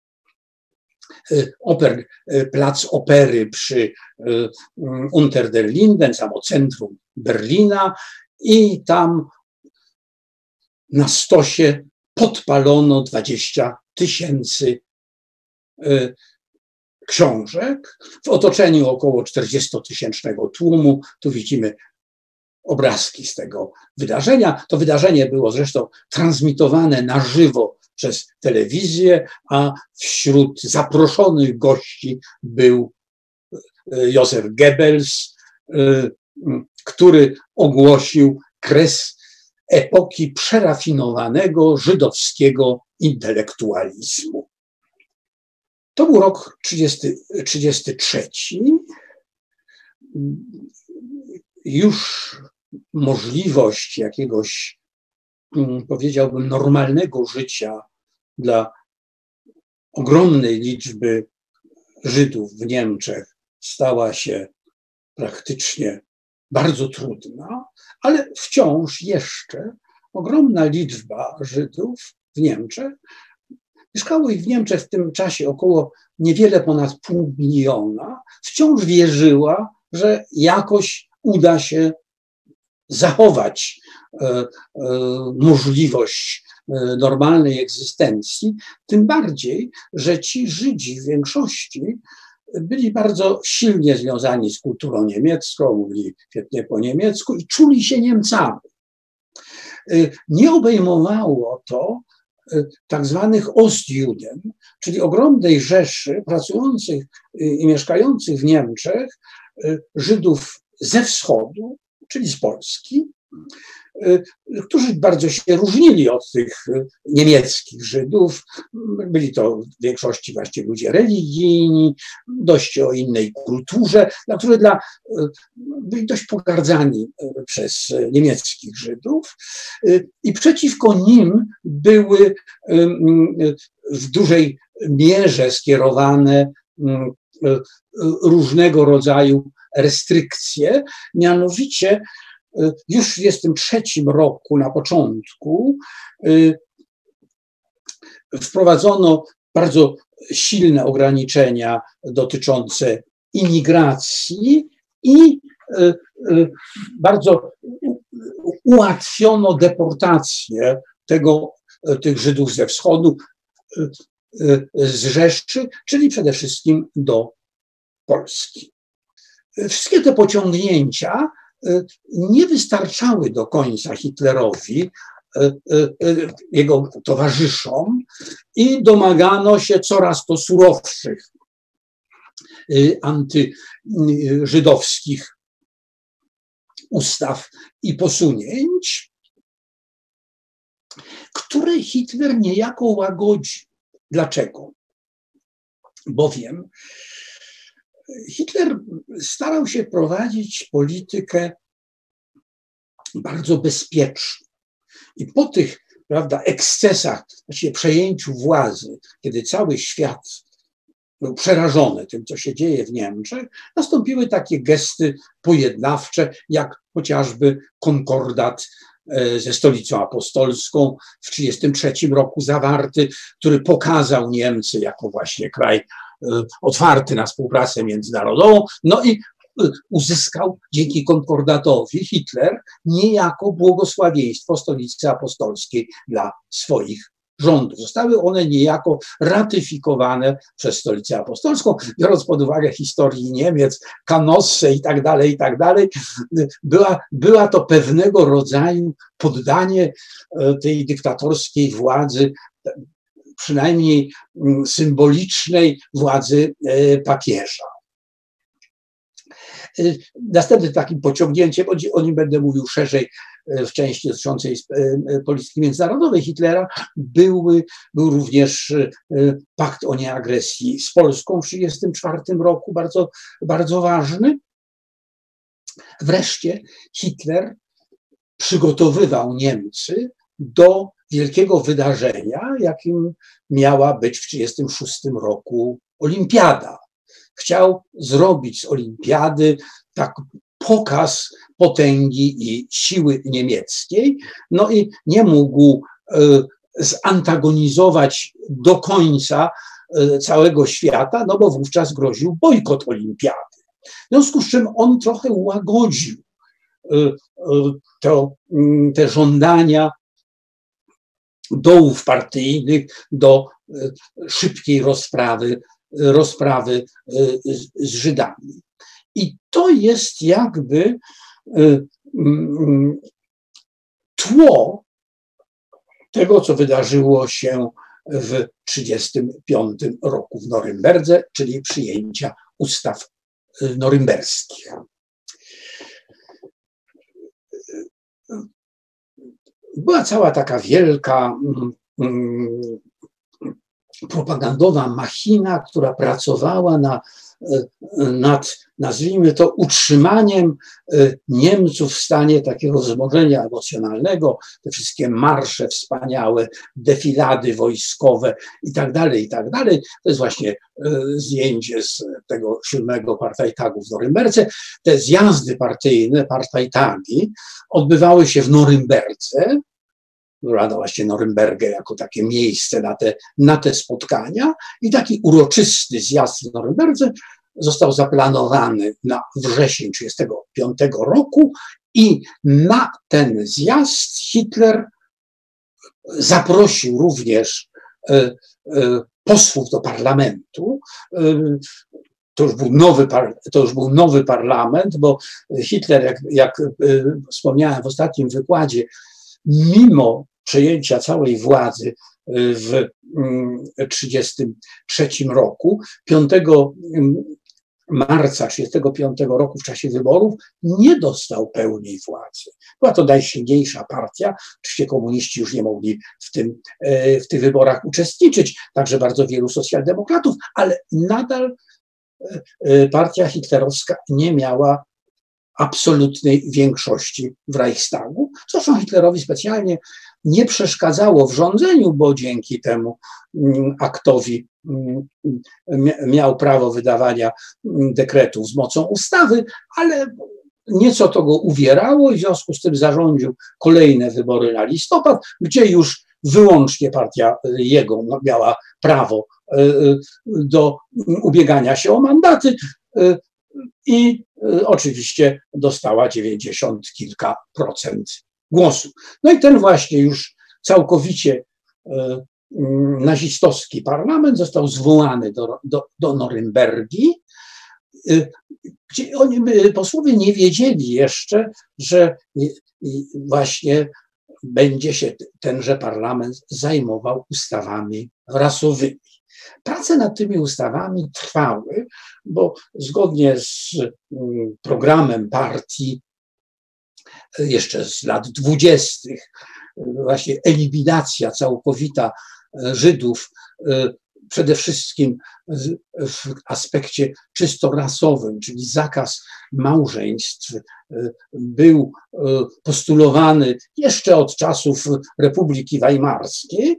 plac Opery przy Unter der Linden, samo centrum Berlina, i tam na stosie podpalono 20 000 książek w otoczeniu około 40-tysięcznego tłumu. Tu widzimy obrazki z tego wydarzenia. To wydarzenie było zresztą transmitowane na żywo przez telewizję, a wśród zaproszonych gości był Josef Goebbels, który ogłosił kres epoki przerafinowanego żydowskiego intelektualizmu. To był rok 1933. Już możliwość jakiegoś, powiedziałbym, normalnego życia dla ogromnej liczby Żydów w Niemczech stała się praktycznie bardzo trudna, ale wciąż jeszcze ogromna liczba Żydów w Niemczech. Mieszkało ich w Niemczech w tym czasie około niewiele ponad 0,5 miliona. Wciąż wierzyła, że jakoś uda się zachować możliwość normalnej egzystencji, tym bardziej, że ci Żydzi w większości byli bardzo silnie związani z kulturą niemiecką, mówili świetnie po niemiecku i czuli się Niemcami. Nie obejmowało to tak zwanych Ostjuden, czyli ogromnej rzeszy pracujących i mieszkających w Niemczech Żydów ze wschodu, czyli z Polski, którzy bardzo się różnili od tych niemieckich Żydów. Byli to w większości właściwie ludzie religijni, dość o innej kulturze, którzy byli dość pogardzani przez niemieckich Żydów i przeciwko nim były w dużej mierze skierowane różnego rodzaju restrykcje, mianowicie już w 1923 roku na początku wprowadzono bardzo silne ograniczenia dotyczące imigracji i bardzo ułatwiono deportację tych Żydów ze wschodu, z Rzeszy, czyli przede wszystkim do Polski. Wszystkie te pociągnięcia nie wystarczały do końca Hitlerowi, jego towarzyszom i domagano się coraz to surowszych antyżydowskich ustaw i posunięć, które Hitler niejako łagodził. Dlaczego? Bowiem Hitler starał się prowadzić politykę bardzo bezpieczną. I po tych, prawda, ekscesach, właściwie przejęciu władzy, kiedy cały świat był przerażony tym, co się dzieje w Niemczech, nastąpiły takie gesty pojednawcze, jak chociażby konkordat ze Stolicą Apostolską w 1933 roku zawarty, który pokazał Niemcy jako właśnie kraj otwarty na współpracę międzynarodową, no i uzyskał dzięki konkordatowi Hitler niejako błogosławieństwo Stolicy Apostolskiej dla swoich rządów. Zostały one niejako ratyfikowane przez Stolicę Apostolską, biorąc pod uwagę historię Niemiec, Kanosse i tak dalej, była to pewnego rodzaju poddanie tej dyktatorskiej władzy, przynajmniej symbolicznej władzy papieża. Następnym takim pociągnięciem, o nim będę mówił szerzej w części dotyczącej polityki międzynarodowej Hitlera, był również pakt o nieagresji z Polską w 1934 roku, bardzo, bardzo ważny. Wreszcie Hitler przygotowywał Niemcy do wielkiego wydarzenia, jakim miała być w 1936 roku olimpiada. Chciał zrobić z olimpiady tak pokaz potęgi i siły niemieckiej, no i nie mógł zantagonizować do końca całego świata, no bo wówczas groził bojkot olimpiady. W związku z czym on trochę łagodził te żądania dołów partyjnych do szybkiej rozprawy z Żydami. I to jest jakby tło tego, co wydarzyło się w 1935 roku w Norymberdze, czyli przyjęcia ustaw norymberskich. Była cała taka wielka propagandowa machina, która pracowała na nad, nazwijmy to, utrzymaniem Niemców w stanie takiego wzmożenia emocjonalnego, te wszystkie marsze wspaniałe, defilady wojskowe i tak dalej, i tak dalej. To jest właśnie zdjęcie z tego 7. Partajtagu w Norymberdze. Te zjazdy partyjne, partajtagi, odbywały się w Norymberdze. Wybrano właśnie Norymbergę jako takie miejsce na te spotkania i taki uroczysty zjazd w Norymberdze został zaplanowany na wrzesień 1935 roku i na ten zjazd Hitler zaprosił również posłów do parlamentu. To już był nowy parlament, bo Hitler, jak wspomniałem w ostatnim wykładzie, mimo przejęcia całej władzy w 1933 roku, 5 marca 1935 roku w czasie wyborów nie dostał pełnej władzy. Była to najsilniejsza partia, oczywiście komuniści już nie mogli w tych wyborach uczestniczyć, także bardzo wielu socjaldemokratów, ale nadal partia hitlerowska nie miała absolutnej większości w Reichstagu. Zresztą Hitlerowi specjalnie nie przeszkadzało w rządzeniu, bo dzięki temu aktowi miał prawo wydawania dekretów z mocą ustawy, ale nieco to go uwierało i w związku z tym zarządził kolejne wybory na listopad, gdzie już wyłącznie partia jego miała prawo do ubiegania się o mandaty i oczywiście dostała 90 kilka procent głosów. No i ten właśnie już całkowicie nazistowski parlament został zwołany do Norymbergi, gdzie posłowie nie wiedzieli jeszcze, że właśnie będzie się tenże parlament zajmował ustawami rasowymi. Prace nad tymi ustawami trwały, bo zgodnie z programem partii jeszcze z lat 20. właśnie eliminacja całkowita Żydów, przede wszystkim w aspekcie czysto rasowym, czyli zakaz małżeństw, był postulowany jeszcze od czasów Republiki Weimarskiej.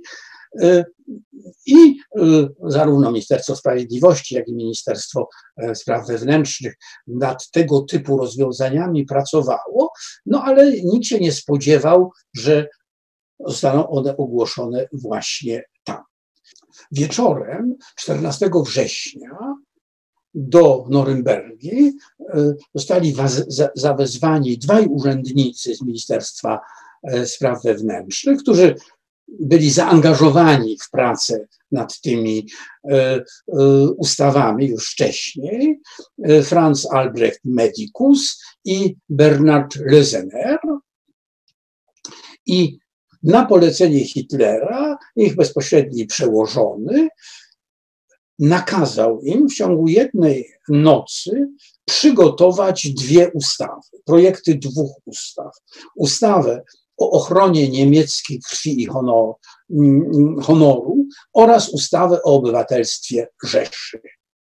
I zarówno Ministerstwo Sprawiedliwości, jak i Ministerstwo Spraw Wewnętrznych nad tego typu rozwiązaniami pracowało, no ale nikt się nie spodziewał, że zostaną one ogłoszone właśnie tam. Wieczorem 14 września do Norymbergi zostali zawezwani dwaj urzędnicy z Ministerstwa Spraw Wewnętrznych, którzy byli zaangażowani w pracę nad tymi ustawami już wcześniej, Franz Albrecht Medicus i Bernard Lösener. I na polecenie Hitlera ich bezpośredni przełożony nakazał im w ciągu jednej nocy przygotować dwie ustawy, projekty dwóch ustaw. Ustawę o ochronie niemieckiej krwi i honoru oraz ustawę o obywatelstwie Rzeszy.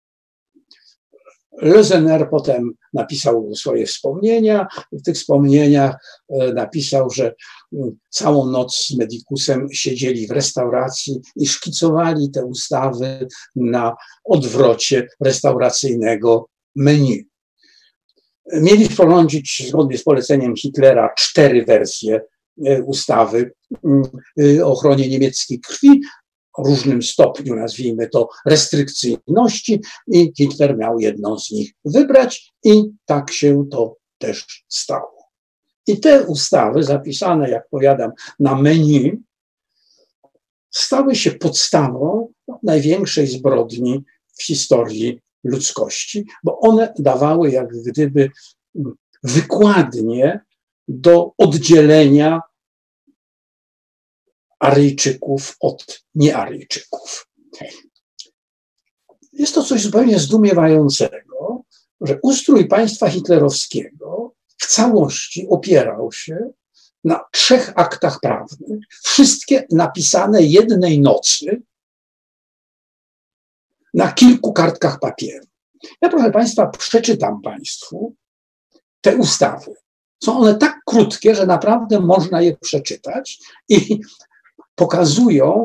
Lösener potem napisał swoje wspomnienia. W tych wspomnieniach napisał, że całą noc z Medicusem siedzieli w restauracji i szkicowali te ustawy na odwrocie restauracyjnego menu. Mieli sporządzić zgodnie z poleceniem Hitlera 4 wersje ustawy o ochronie niemieckiej krwi, o różnym stopniu, nazwijmy to, restrykcyjności, i Hitler miał jedną z nich wybrać i tak się to też stało. I te ustawy zapisane, jak powiadam, na menu stały się podstawą największej zbrodni w historii ludzkości, bo one dawały jak gdyby wykładnię do oddzielenia Aryjczyków od niearyjczyków. Jest to coś zupełnie zdumiewającego, że ustrój państwa hitlerowskiego w całości opierał się na 3 aktach prawnych, wszystkie napisane jednej nocy na kilku kartkach papieru. Ja, proszę Państwa, przeczytam Państwu te ustawy. Są one tak krótkie, że naprawdę można je przeczytać i pokazują,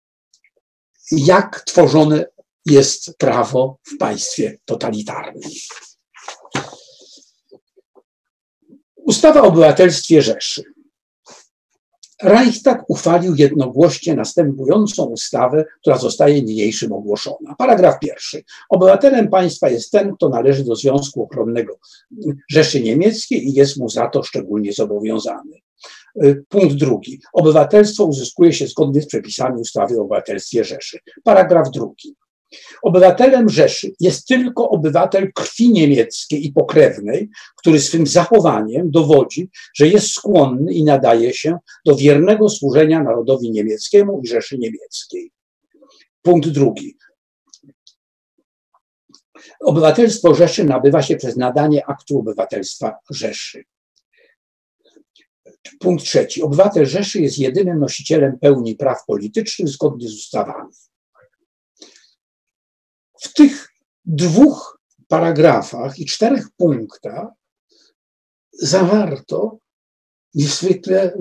jak tworzone jest prawo w państwie totalitarnym. Ustawa o obywatelstwie Rzeszy. Reichstag uchwalił jednogłośnie następującą ustawę, która zostaje niniejszym ogłoszona. Paragraf 1. Obywatelem państwa jest ten, kto należy do Związku Ochronnego Rzeszy Niemieckiej i jest mu za to szczególnie zobowiązany. Punkt 2. Obywatelstwo uzyskuje się zgodnie z przepisami ustawy o obywatelstwie Rzeszy. Paragraf 2. Obywatelem Rzeszy jest tylko obywatel krwi niemieckiej i pokrewnej, który swym zachowaniem dowodzi, że jest skłonny i nadaje się do wiernego służenia narodowi niemieckiemu i Rzeszy Niemieckiej. Punkt 2. Obywatelstwo Rzeszy nabywa się przez nadanie aktu obywatelstwa Rzeszy. Punkt 3. Obywatel Rzeszy jest jedynym nosicielem pełni praw politycznych zgodnie z ustawami. W tych 2 paragrafach i 4 punktach zawarto niezwykle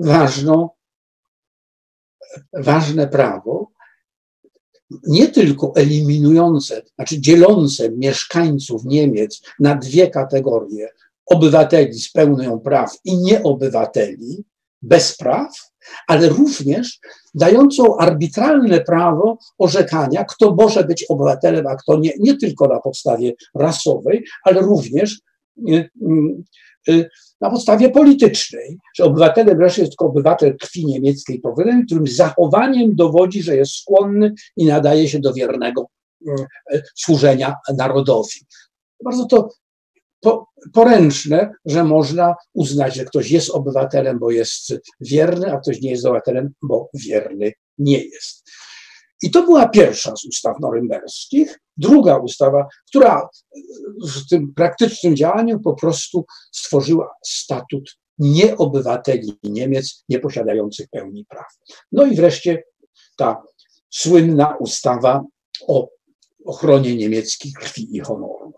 ważne prawo, nie tylko eliminujące, znaczy dzielące mieszkańców Niemiec na 2 kategorie: obywateli z pełnią praw i nieobywateli bez praw, ale również dającą arbitralne prawo orzekania, kto może być obywatelem, a kto nie, nie tylko na podstawie rasowej, ale również na podstawie politycznej, że obywatelem Rzeszy jest tylko obywatel krwi niemieckiej pokrewnej, którym zachowaniem dowodzi, że jest skłonny i nadaje się do wiernego służenia narodowi. Bardzo to poręczne, że można uznać, że ktoś jest obywatelem, bo jest wierny, a ktoś nie jest obywatelem, bo wierny nie jest. I to była pierwsza z ustaw norymberskich. Druga ustawa, która w tym praktycznym działaniu po prostu stworzyła statut nieobywateli Niemiec nieposiadających pełni praw. No i wreszcie ta słynna ustawa o ochronie niemieckiej krwi i honoru.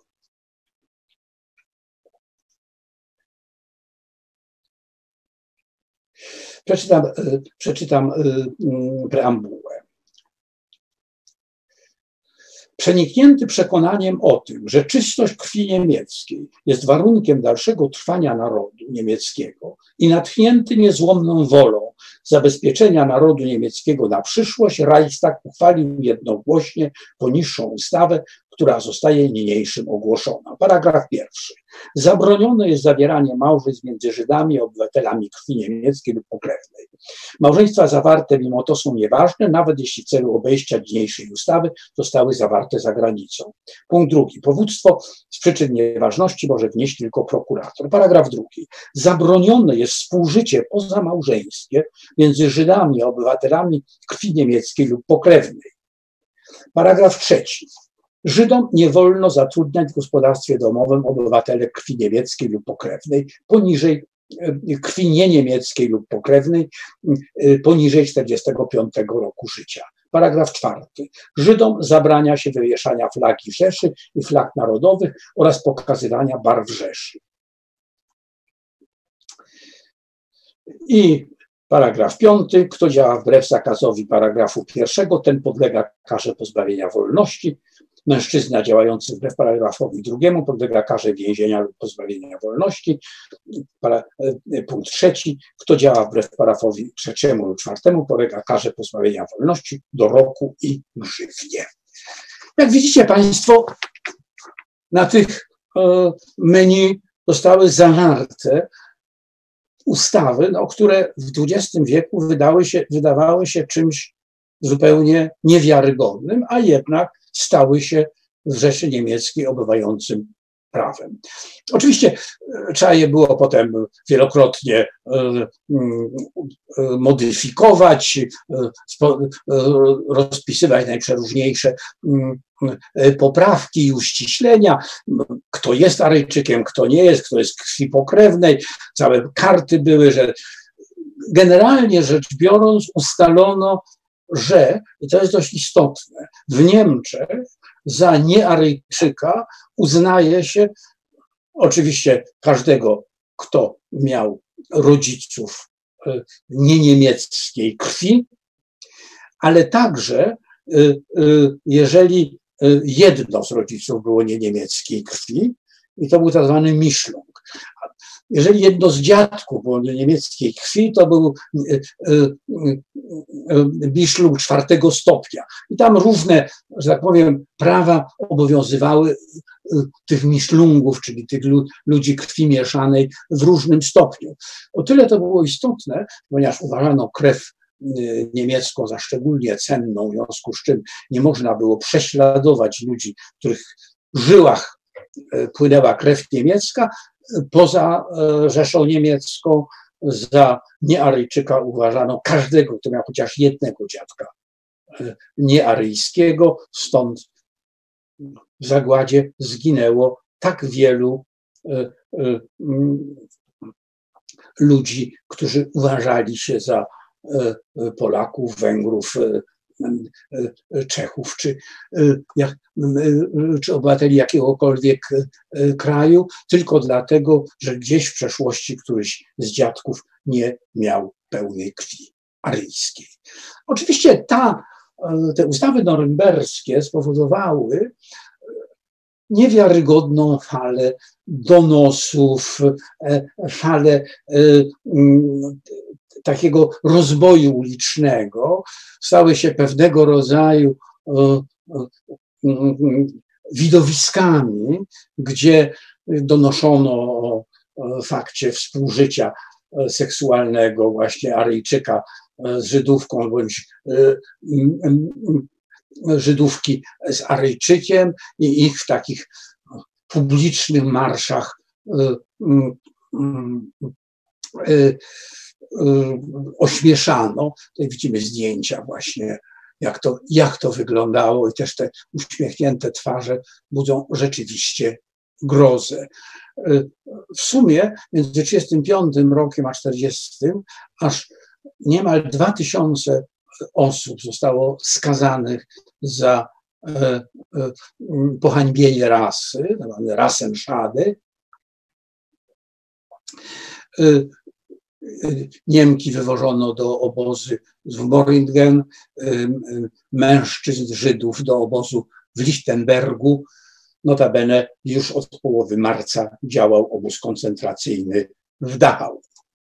Przeczytam preambułę. Przeniknięty przekonaniem o tym, że czystość krwi niemieckiej jest warunkiem dalszego trwania narodu niemieckiego i natchnięty niezłomną wolą zabezpieczenia narodu niemieckiego na przyszłość, Reichstag uchwalił jednogłośnie poniższą ustawę, która zostaje niniejszym ogłoszona. Paragraf 1. Zabronione jest zawieranie małżeństw między Żydami i obywatelami krwi niemieckiej lub pokrewnej. Małżeństwa zawarte mimo to są nieważne, nawet jeśli w celu obejścia niniejszej ustawy zostały zawarte za granicą. Punkt 2. Powództwo z przyczyn nieważności może wnieść tylko prokurator. Paragraf 2. Zabronione jest współżycie pozamałżeńskie między Żydami a obywatelami krwi niemieckiej lub pokrewnej. Paragraf 3. Żydom nie wolno zatrudniać w gospodarstwie domowym obywateli krwi niemieckiej lub pokrewnej poniżej krwi nieniemieckiej lub pokrewnej poniżej 45 roku życia. Paragraf 4. Żydom zabrania się wywieszania flagi Rzeszy i flag narodowych oraz pokazywania barw Rzeszy. I paragraf 5. Kto działa wbrew zakazowi paragrafu 1, ten podlega karze pozbawienia wolności. Mężczyzna działający wbrew paragrafowi 2 podlega karze więzienia lub pozbawienia wolności. Punkt 3. Kto działa wbrew paragrafowi 3 lub 4 podlega karze pozbawienia wolności do roku i grzywnie. Jak widzicie Państwo, na tych menu zostały zawarte ustawy, które w XX wieku wydawały się czymś zupełnie niewiarygodnym, a jednak stały się w Rzeszy Niemieckiej obowiązującym prawem. Oczywiście trzeba je było potem wielokrotnie modyfikować, rozpisywać najprzeróżniejsze poprawki i uściślenia, kto jest Aryjczykiem, kto nie jest, kto jest krwi pokrewnej. Całe karty były, że generalnie rzecz biorąc ustalono, że, i to jest dość istotne, w Niemczech za niearyjczyka uznaje się oczywiście każdego, kto miał rodziców nieniemieckiej krwi, ale także jeżeli jedno z rodziców było nieniemieckiej krwi, i to był tak zwany Mischlung. Jeżeli jedno z dziadków było niemieckiej krwi, to był Mischlung czwartego stopnia. I tam różne, że tak powiem, prawa obowiązywały tych Mischlungów, czyli tych ludzi krwi mieszanej w różnym stopniu. O tyle to było istotne, ponieważ uważano krew niemiecką za szczególnie cenną, w związku z czym nie można było prześladować ludzi, w których żyłach płynęła krew niemiecka. Poza Rzeszą Niemiecką za niearyjczyka uważano każdego, kto miał chociaż jednego dziadka niearyjskiego, stąd w zagładzie zginęło tak wielu ludzi, którzy uważali się za Polaków, Węgrów, Czechów czy obywateli jakiegokolwiek kraju, tylko dlatego, że gdzieś w przeszłości któryś z dziadków nie miał pełnej krwi aryjskiej. Oczywiście te ustawy norymberskie spowodowały niewiarygodną falę donosów, falę takiego rozboju ulicznego, stały się pewnego rodzaju widowiskami, gdzie donoszono o fakcie współżycia seksualnego właśnie Aryjczyka z Żydówką bądź Żydówki z Aryjczykiem i ich w takich publicznych marszach ośmieszano. Tutaj widzimy zdjęcia właśnie, jak to wyglądało i też te uśmiechnięte twarze budzą rzeczywiście grozę. W sumie między 1935 rokiem a 1940 aż niemal 2000 osób zostało skazanych za pohańbienie rasy, Rassenschade. Niemki wywożono do obozu w Moringen, mężczyzn Żydów do obozu w Lichtenbergu. Notabene już od połowy marca działał obóz koncentracyjny w Dachau,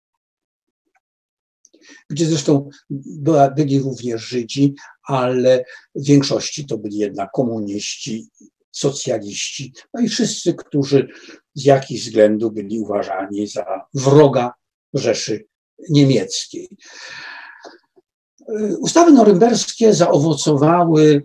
gdzie zresztą byli również Żydzi, ale w większości to byli jednak komuniści, socjaliści, no i wszyscy, którzy z jakichś względów byli uważani za wroga Rzeszy Niemieckiej. Ustawy norymberskie zaowocowały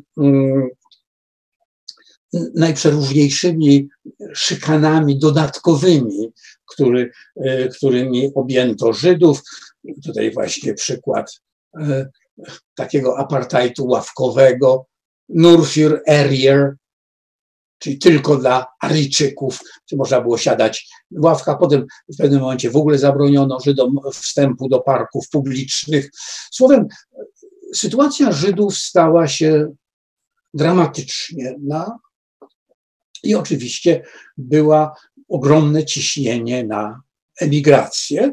najprzeróżniejszymi szykanami dodatkowymi, którymi objęto Żydów. Tutaj właśnie przykład takiego apartheidu ławkowego, Nur für Arier, czyli tylko dla Aryjczyków, gdzie można było siadać w ławkach. Potem w pewnym momencie w ogóle zabroniono Żydom wstępu do parków publicznych. Słowem, sytuacja Żydów stała się dramatycznie i oczywiście było ogromne ciśnienie na emigrację,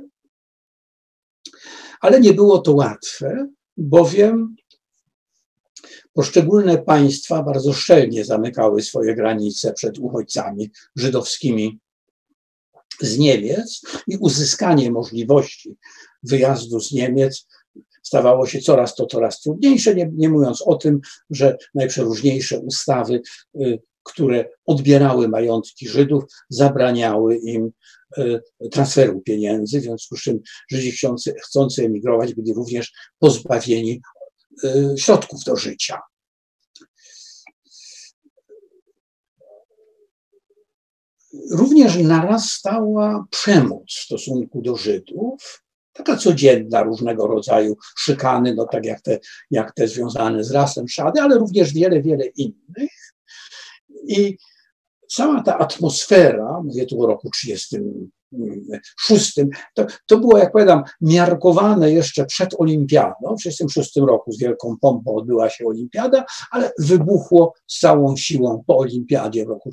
ale nie było to łatwe, bowiem poszczególne państwa bardzo szczelnie zamykały swoje granice przed uchodźcami żydowskimi z Niemiec i uzyskanie możliwości wyjazdu z Niemiec stawało się coraz trudniejsze, nie mówiąc o tym, że najprzeróżniejsze ustawy, które odbierały majątki Żydów, zabraniały im transferu pieniędzy, w związku z czym Żydzi chcący emigrować byli również pozbawieni środków do życia. Również narastała przemoc w stosunku do Żydów, taka codzienna, różnego rodzaju szykany, no tak jak te związane z Rassenschade, ale również wiele innych. I cała ta atmosfera, mówię tu o roku 1939, 1936. To było, jak powiadam, miarkowane jeszcze przed olimpiadą. W 1936 roku z wielką pompą odbyła się olimpiada, ale wybuchło z całą siłą po olimpiadzie w roku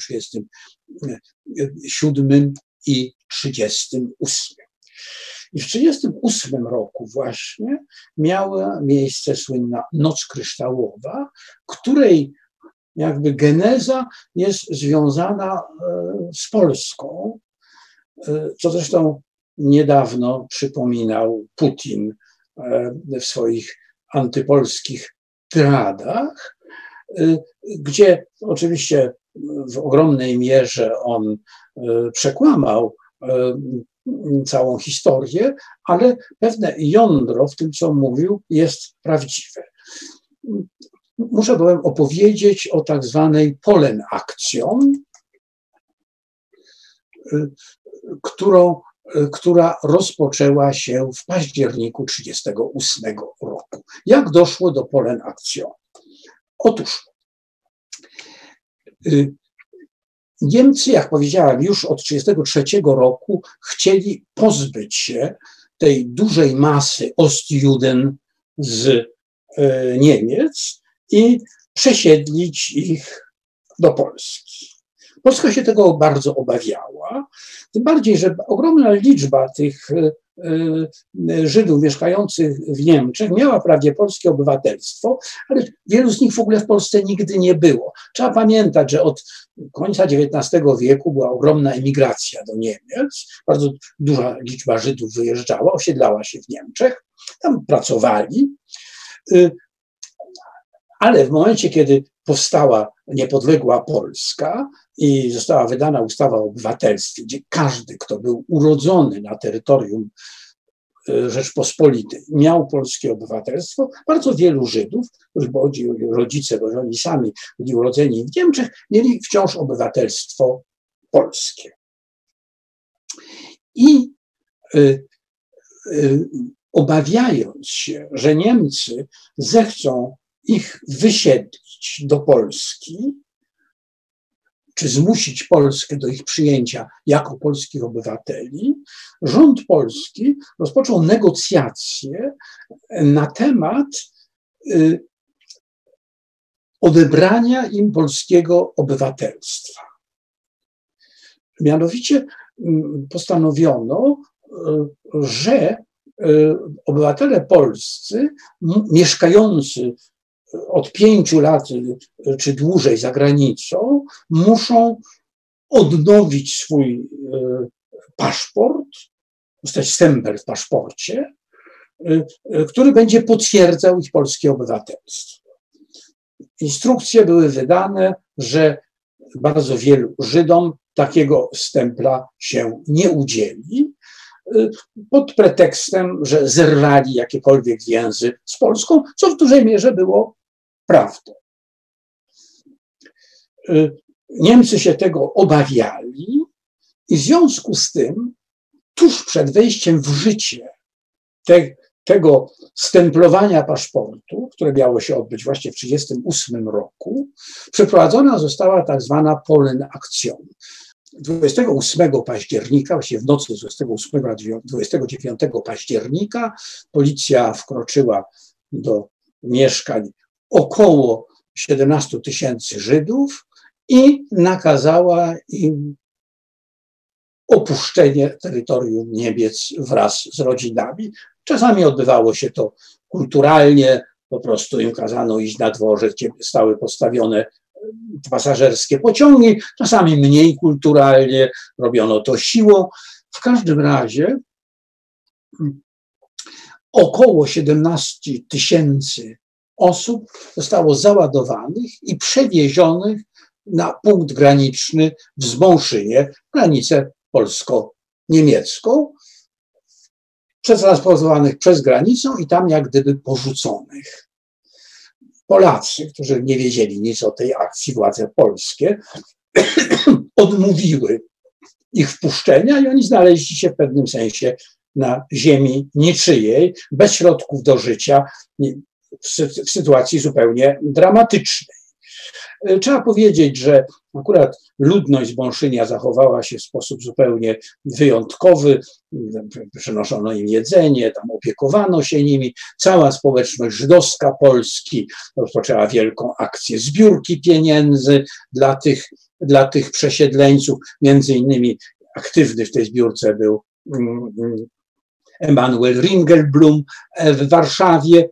1937 i 1938. I w 1938 roku właśnie miała miejsce słynna Noc Kryształowa, której jakby geneza jest związana z Polską, co zresztą niedawno przypominał Putin w swoich antypolskich tyradach, gdzie oczywiście w ogromnej mierze on przekłamał całą historię, ale pewne jądro w tym, co mówił, jest prawdziwe. Muszę bowiem opowiedzieć o tak zwanej Polenaktion, która rozpoczęła się w październiku 1938 roku. Jak doszło do Polenaktion? Otóż Niemcy, jak powiedziałem, już od 1933 roku chcieli pozbyć się tej dużej masy Ostjuden z Niemiec i przesiedlić ich do Polski. Polska się tego bardzo obawiała, tym bardziej, że ogromna liczba tych Żydów mieszkających w Niemczech miała wprawdzie polskie obywatelstwo, ale wielu z nich w ogóle w Polsce nigdy nie było. Trzeba pamiętać, że od końca XIX wieku była ogromna emigracja do Niemiec, bardzo duża liczba Żydów wyjeżdżała, osiedlała się w Niemczech, tam pracowali, ale w momencie, kiedy powstała niepodległa Polska i została wydana ustawa o obywatelstwie, gdzie każdy, kto był urodzony na terytorium Rzeczpospolitej, miał polskie obywatelstwo, bardzo wielu Żydów, których rodzice, bo oni sami byli urodzeni w Niemczech, mieli wciąż obywatelstwo polskie. I obawiając się, że Niemcy zechcą ich wysiedlić do Polski, czy zmusić Polskę do ich przyjęcia jako polskich obywateli, rząd polski rozpoczął negocjacje na temat odebrania im polskiego obywatelstwa. Mianowicie postanowiono, że obywatele polscy mieszkający od 5 lat czy dłużej za granicą muszą odnowić swój paszport, dostać stempel w paszporcie, który będzie potwierdzał ich polskie obywatelstwo. Instrukcje były wydane, że bardzo wielu Żydom takiego stempla się nie udzieli, pod pretekstem, że zerwali jakiekolwiek więzy z Polską, co w dużej mierze było prawdą. Niemcy się tego obawiali i w związku z tym tuż przed wejściem w życie tego stemplowania paszportu, które miało się odbyć właśnie w 1938 roku, przeprowadzona została tak zwana Polenaktion. 28 października, właściwie w nocy z 28 na 29 października policja wkroczyła do mieszkań około 17 000 Żydów i nakazała im opuszczenie terytorium Niemiec wraz z rodzinami. Czasami odbywało się to kulturalnie, po prostu im kazano iść na dworze, gdzie stały postawione pasażerskie pociągi, czasami mniej kulturalnie, robiono to siłą. W każdym razie około 17 000 osób zostało załadowanych i przewiezionych na punkt graniczny w Zbąszynie, granicę polsko-niemiecką, przetransportowanych przez granicę i tam jak gdyby porzuconych. Polacy, którzy nie wiedzieli nic o tej akcji, władze polskie odmówiły ich wpuszczenia i oni znaleźli się w pewnym sensie na ziemi niczyjej, bez środków do życia, w sytuacji zupełnie dramatycznej. Trzeba powiedzieć, że akurat ludność Zbąszynia zachowała się w sposób zupełnie wyjątkowy. Przynoszono im jedzenie, tam opiekowano się nimi. Cała społeczność żydowska Polski rozpoczęła wielką akcję zbiórki pieniędzy dla tych przesiedleńców. Między innymi aktywny w tej zbiórce był Emanuel Ringelblum w Warszawie.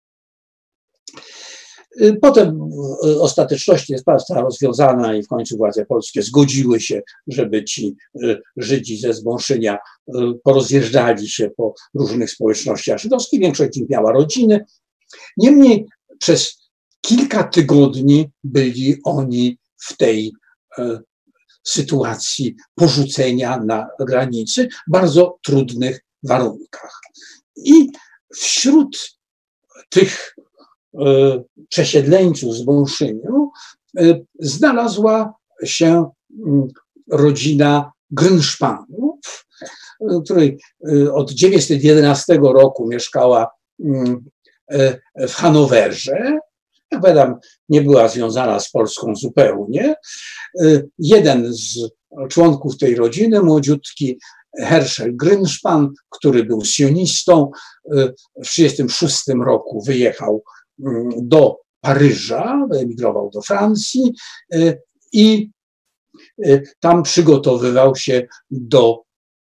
Potem w ostateczności sprawa została rozwiązana i w końcu władze polskie zgodziły się, żeby ci Żydzi ze Zbąszynia porozjeżdżali się po różnych społecznościach żydowskich. Większość z nich miała rodziny. Niemniej przez kilka tygodni byli oni w tej sytuacji porzucenia na granicy w bardzo trudnych warunkach. I wśród tych przesiedleńców z Zbąszyniu znalazła się rodzina Grynszpanów, której od 1911 roku mieszkała w Hanowerze. Jak powiadam, nie była związana z Polską zupełnie. Jeden z członków tej rodziny, młodziutki Herschel Grynszpan, który był sionistą, w 1936 roku wyjechał do Paryża, wyemigrował do Francji i tam przygotowywał się do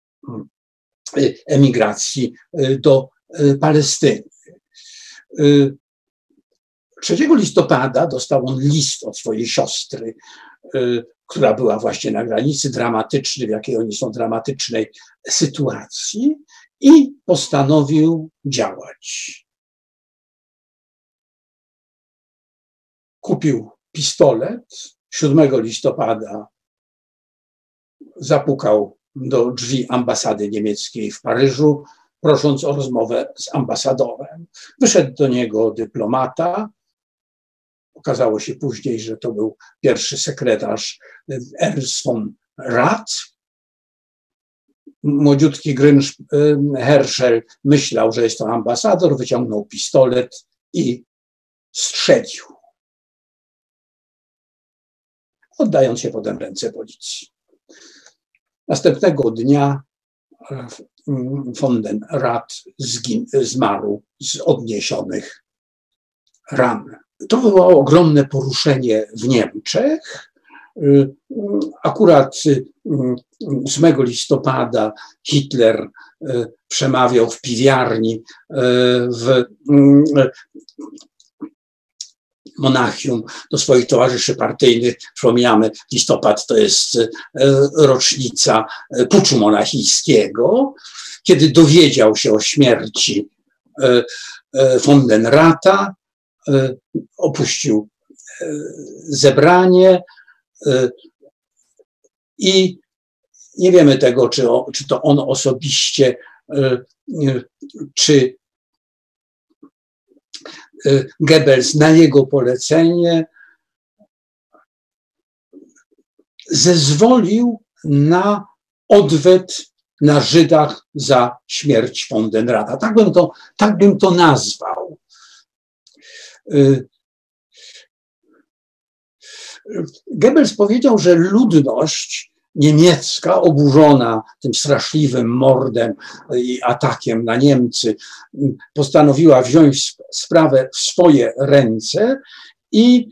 emigracji do Palestyny. 3 listopada dostał on list od swojej siostry, która była właśnie na granicy, dramatycznej, w jakiej oni są dramatycznej sytuacji, i postanowił działać. Kupił pistolet, 7 listopada zapukał do drzwi ambasady niemieckiej w Paryżu, prosząc o rozmowę z ambasadorem. Wyszedł do niego dyplomata. Okazało się później, że to był pierwszy sekretarz Ernst von Rath. Młodziutki Herschel myślał, że jest to ambasador, wyciągnął pistolet i strzelił, oddając się potem w ręce policji. Następnego dnia von den Rath zmarł z odniesionych ran. To wywołało ogromne poruszenie w Niemczech. Akurat 8 listopada Hitler przemawiał w piwiarni w Monachium do swoich towarzyszy partyjnych. Przypominamy, listopad to jest rocznica puczu monachijskiego. Kiedy dowiedział się o śmierci von den Ratha, opuścił zebranie i nie wiemy tego, czy to on osobiście, czy Goebbels na jego polecenie zezwolił na odwet na Żydach za śmierć von den Ratha. Tak bym to nazwał. Goebbels powiedział, że ludność niemiecka, oburzona tym straszliwym mordem i atakiem na Niemcy, postanowiła wziąć sprawę w swoje ręce i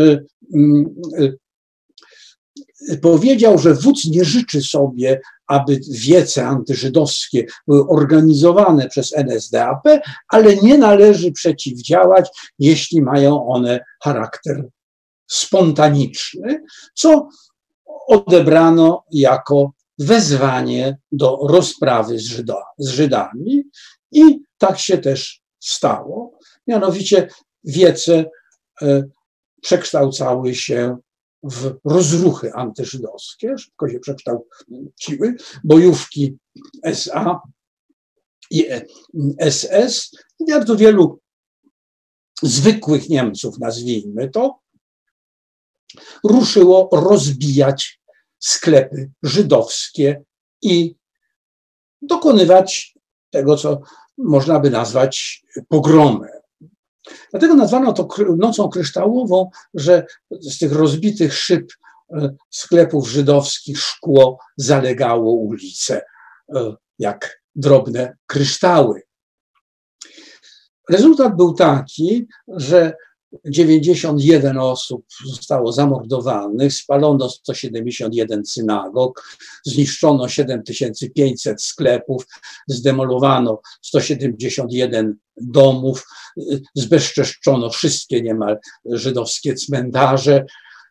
powiedział, że wódz nie życzy sobie, aby wiece antyżydowskie były organizowane przez NSDAP, ale nie należy przeciwdziałać, jeśli mają one charakter spontaniczny, co odebrano jako wezwanie do rozprawy z Żydami i tak się też stało. Mianowicie wiece przekształcały się w rozruchy antyżydowskie, szybko się przekształciły, bojówki SA i SS, bardzo wielu zwykłych Niemców, nazwijmy to, ruszyło rozbijać sklepy żydowskie i dokonywać tego, co można by nazwać pogromem. Dlatego nazwano to nocą kryształową, że z tych rozbitych szyb sklepów żydowskich szkło zalegało ulice jak drobne kryształy. Rezultat był taki, że 91 osób zostało zamordowanych, spalono 171 synagog, zniszczono 7500 sklepów, zdemolowano 171 domów, zbezczeszczono wszystkie niemal żydowskie cmentarze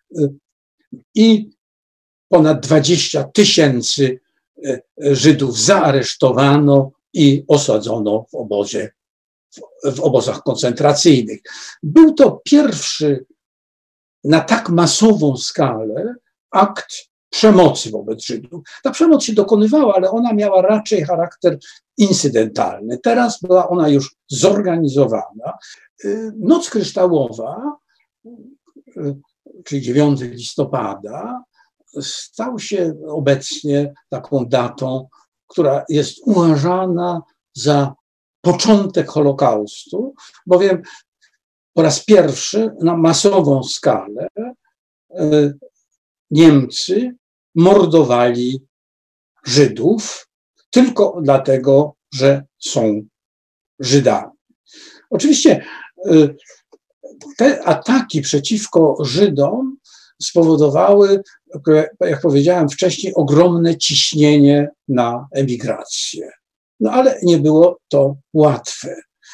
i ponad 20 000 Żydów zaaresztowano i osadzono w obozach koncentracyjnych. Był to pierwszy na tak masową skalę akt przemocy wobec Żydów. Ta przemoc się dokonywała, ale ona miała raczej charakter incydentalny. Teraz była ona już zorganizowana. Noc kryształowa, czyli 9 listopada, stał się obecnie taką datą, która jest uważana za początek Holokaustu, bowiem po raz pierwszy na masową skalę Niemcy mordowali Żydów tylko dlatego, że są Żydami. Oczywiście te ataki przeciwko Żydom spowodowały, jak powiedziałem wcześniej, ogromne ciśnienie na emigrację. No ale nie było to łatwe.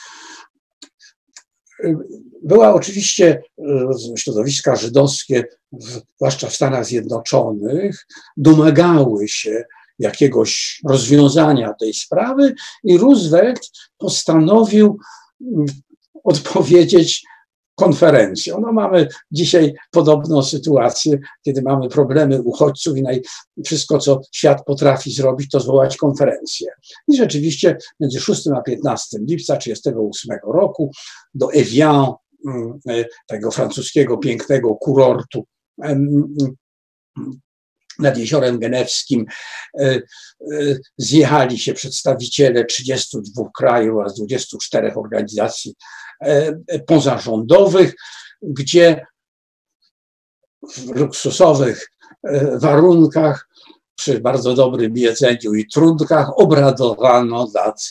Była oczywiście środowiska żydowskie, zwłaszcza w Stanach Zjednoczonych, domagały się jakiegoś rozwiązania tej sprawy i Roosevelt postanowił odpowiedzieć konferencją. No mamy dzisiaj podobną sytuację, kiedy mamy problemy uchodźców i wszystko, co świat potrafi zrobić, to zwołać konferencję. I rzeczywiście między 6 a 15 lipca 1938 roku do Evian, tego francuskiego pięknego kurortu nad Jeziorem Genewskim, zjechali się przedstawiciele 32 krajów oraz 24 organizacji pozarządowych, gdzie w luksusowych warunkach, przy bardzo dobrym jedzeniu i trunkach obradowano nad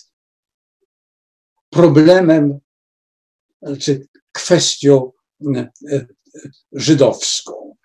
problemem czy kwestią żydowską.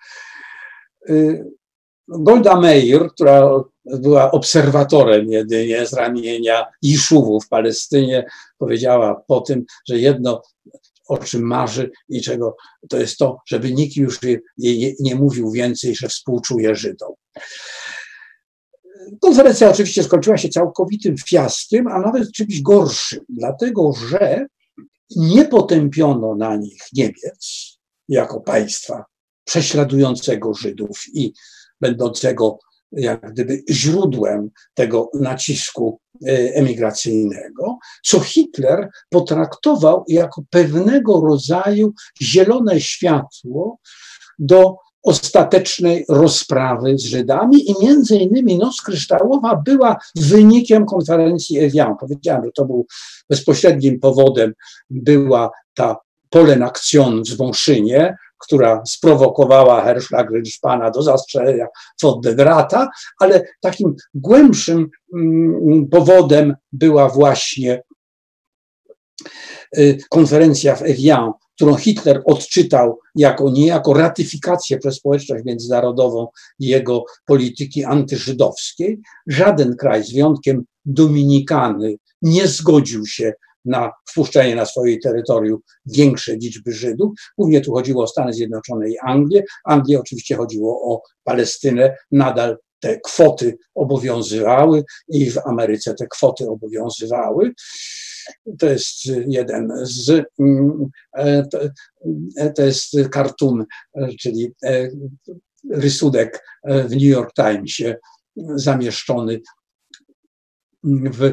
Golda Meir, która była obserwatorem jedynie z ramienia Jeszuwu w Palestynie, powiedziała po tym, że jedno, o czym marzy i czego to jest to, żeby nikt już jej nie mówił więcej, że współczuje Żydom. Konferencja oczywiście skończyła się całkowitym fiaskiem, a nawet czymś gorszym, dlatego że nie potępiono na nich Niemiec jako państwa prześladującego Żydów i będącego jak gdyby źródłem tego nacisku emigracyjnego, co Hitler potraktował jako pewnego rodzaju zielone światło do ostatecznej rozprawy z Żydami i między innymi Noc Kryształowa była wynikiem konferencji Evian. Powiedziałem, że to był bezpośrednim powodem, była ta Polen Aktion w Wąszynie, która sprowokowała Herschla Grynszpana do zastrzelenia Foddegrata, ale takim głębszym powodem była właśnie konferencja w Evian, którą Hitler odczytał jako niejako ratyfikację przez społeczność międzynarodową jego polityki antyżydowskiej. Żaden kraj, z wyjątkiem Dominikany, nie zgodził się na wpuszczenie na swoje terytorium większej liczby Żydów. Głównie tu chodziło o Stany Zjednoczone i Anglię. Anglii oczywiście chodziło o Palestynę. Nadal te kwoty obowiązywały i w Ameryce te kwoty obowiązywały. To jest jeden z, to jest cartoon, czyli rysunek w New York Timesie zamieszczony w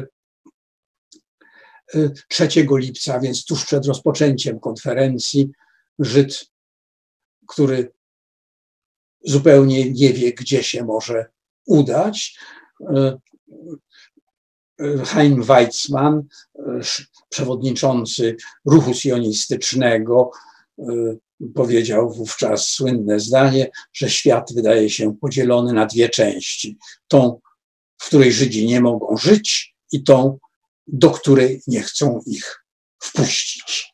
3 lipca, więc tuż przed rozpoczęciem konferencji, Żyd, który zupełnie nie wie, gdzie się może udać, Chaim Weizmann, przewodniczący ruchu sionistycznego, powiedział wówczas słynne zdanie, że świat wydaje się podzielony na dwie części. Tą, w której Żydzi nie mogą żyć, i tą, do której nie chcą ich wpuścić.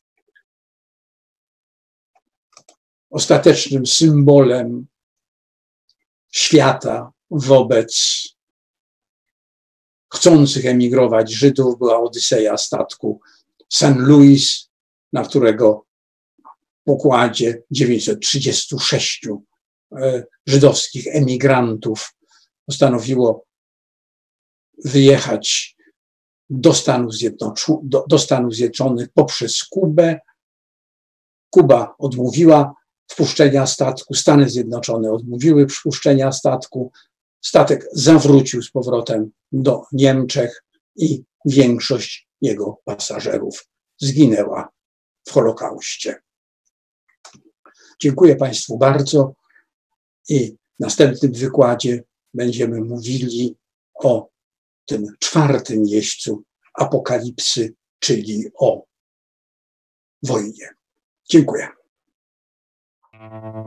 Ostatecznym symbolem świata wobec chcących emigrować Żydów była Odyseja statku St. Louis, na którego pokładzie 936 żydowskich emigrantów postanowiło wyjechać do Stanów Zjednoczonych poprzez Kubę. Kuba odmówiła wpuszczenia statku, Stany Zjednoczone odmówiły wpuszczenia statku. Statek zawrócił z powrotem do Niemczech i większość jego pasażerów zginęła w Holokauście. Dziękuję Państwu bardzo i w następnym wykładzie będziemy mówili o tym czwartym jeźdźcu apokalipsy, czyli o wojnie. Dziękuję.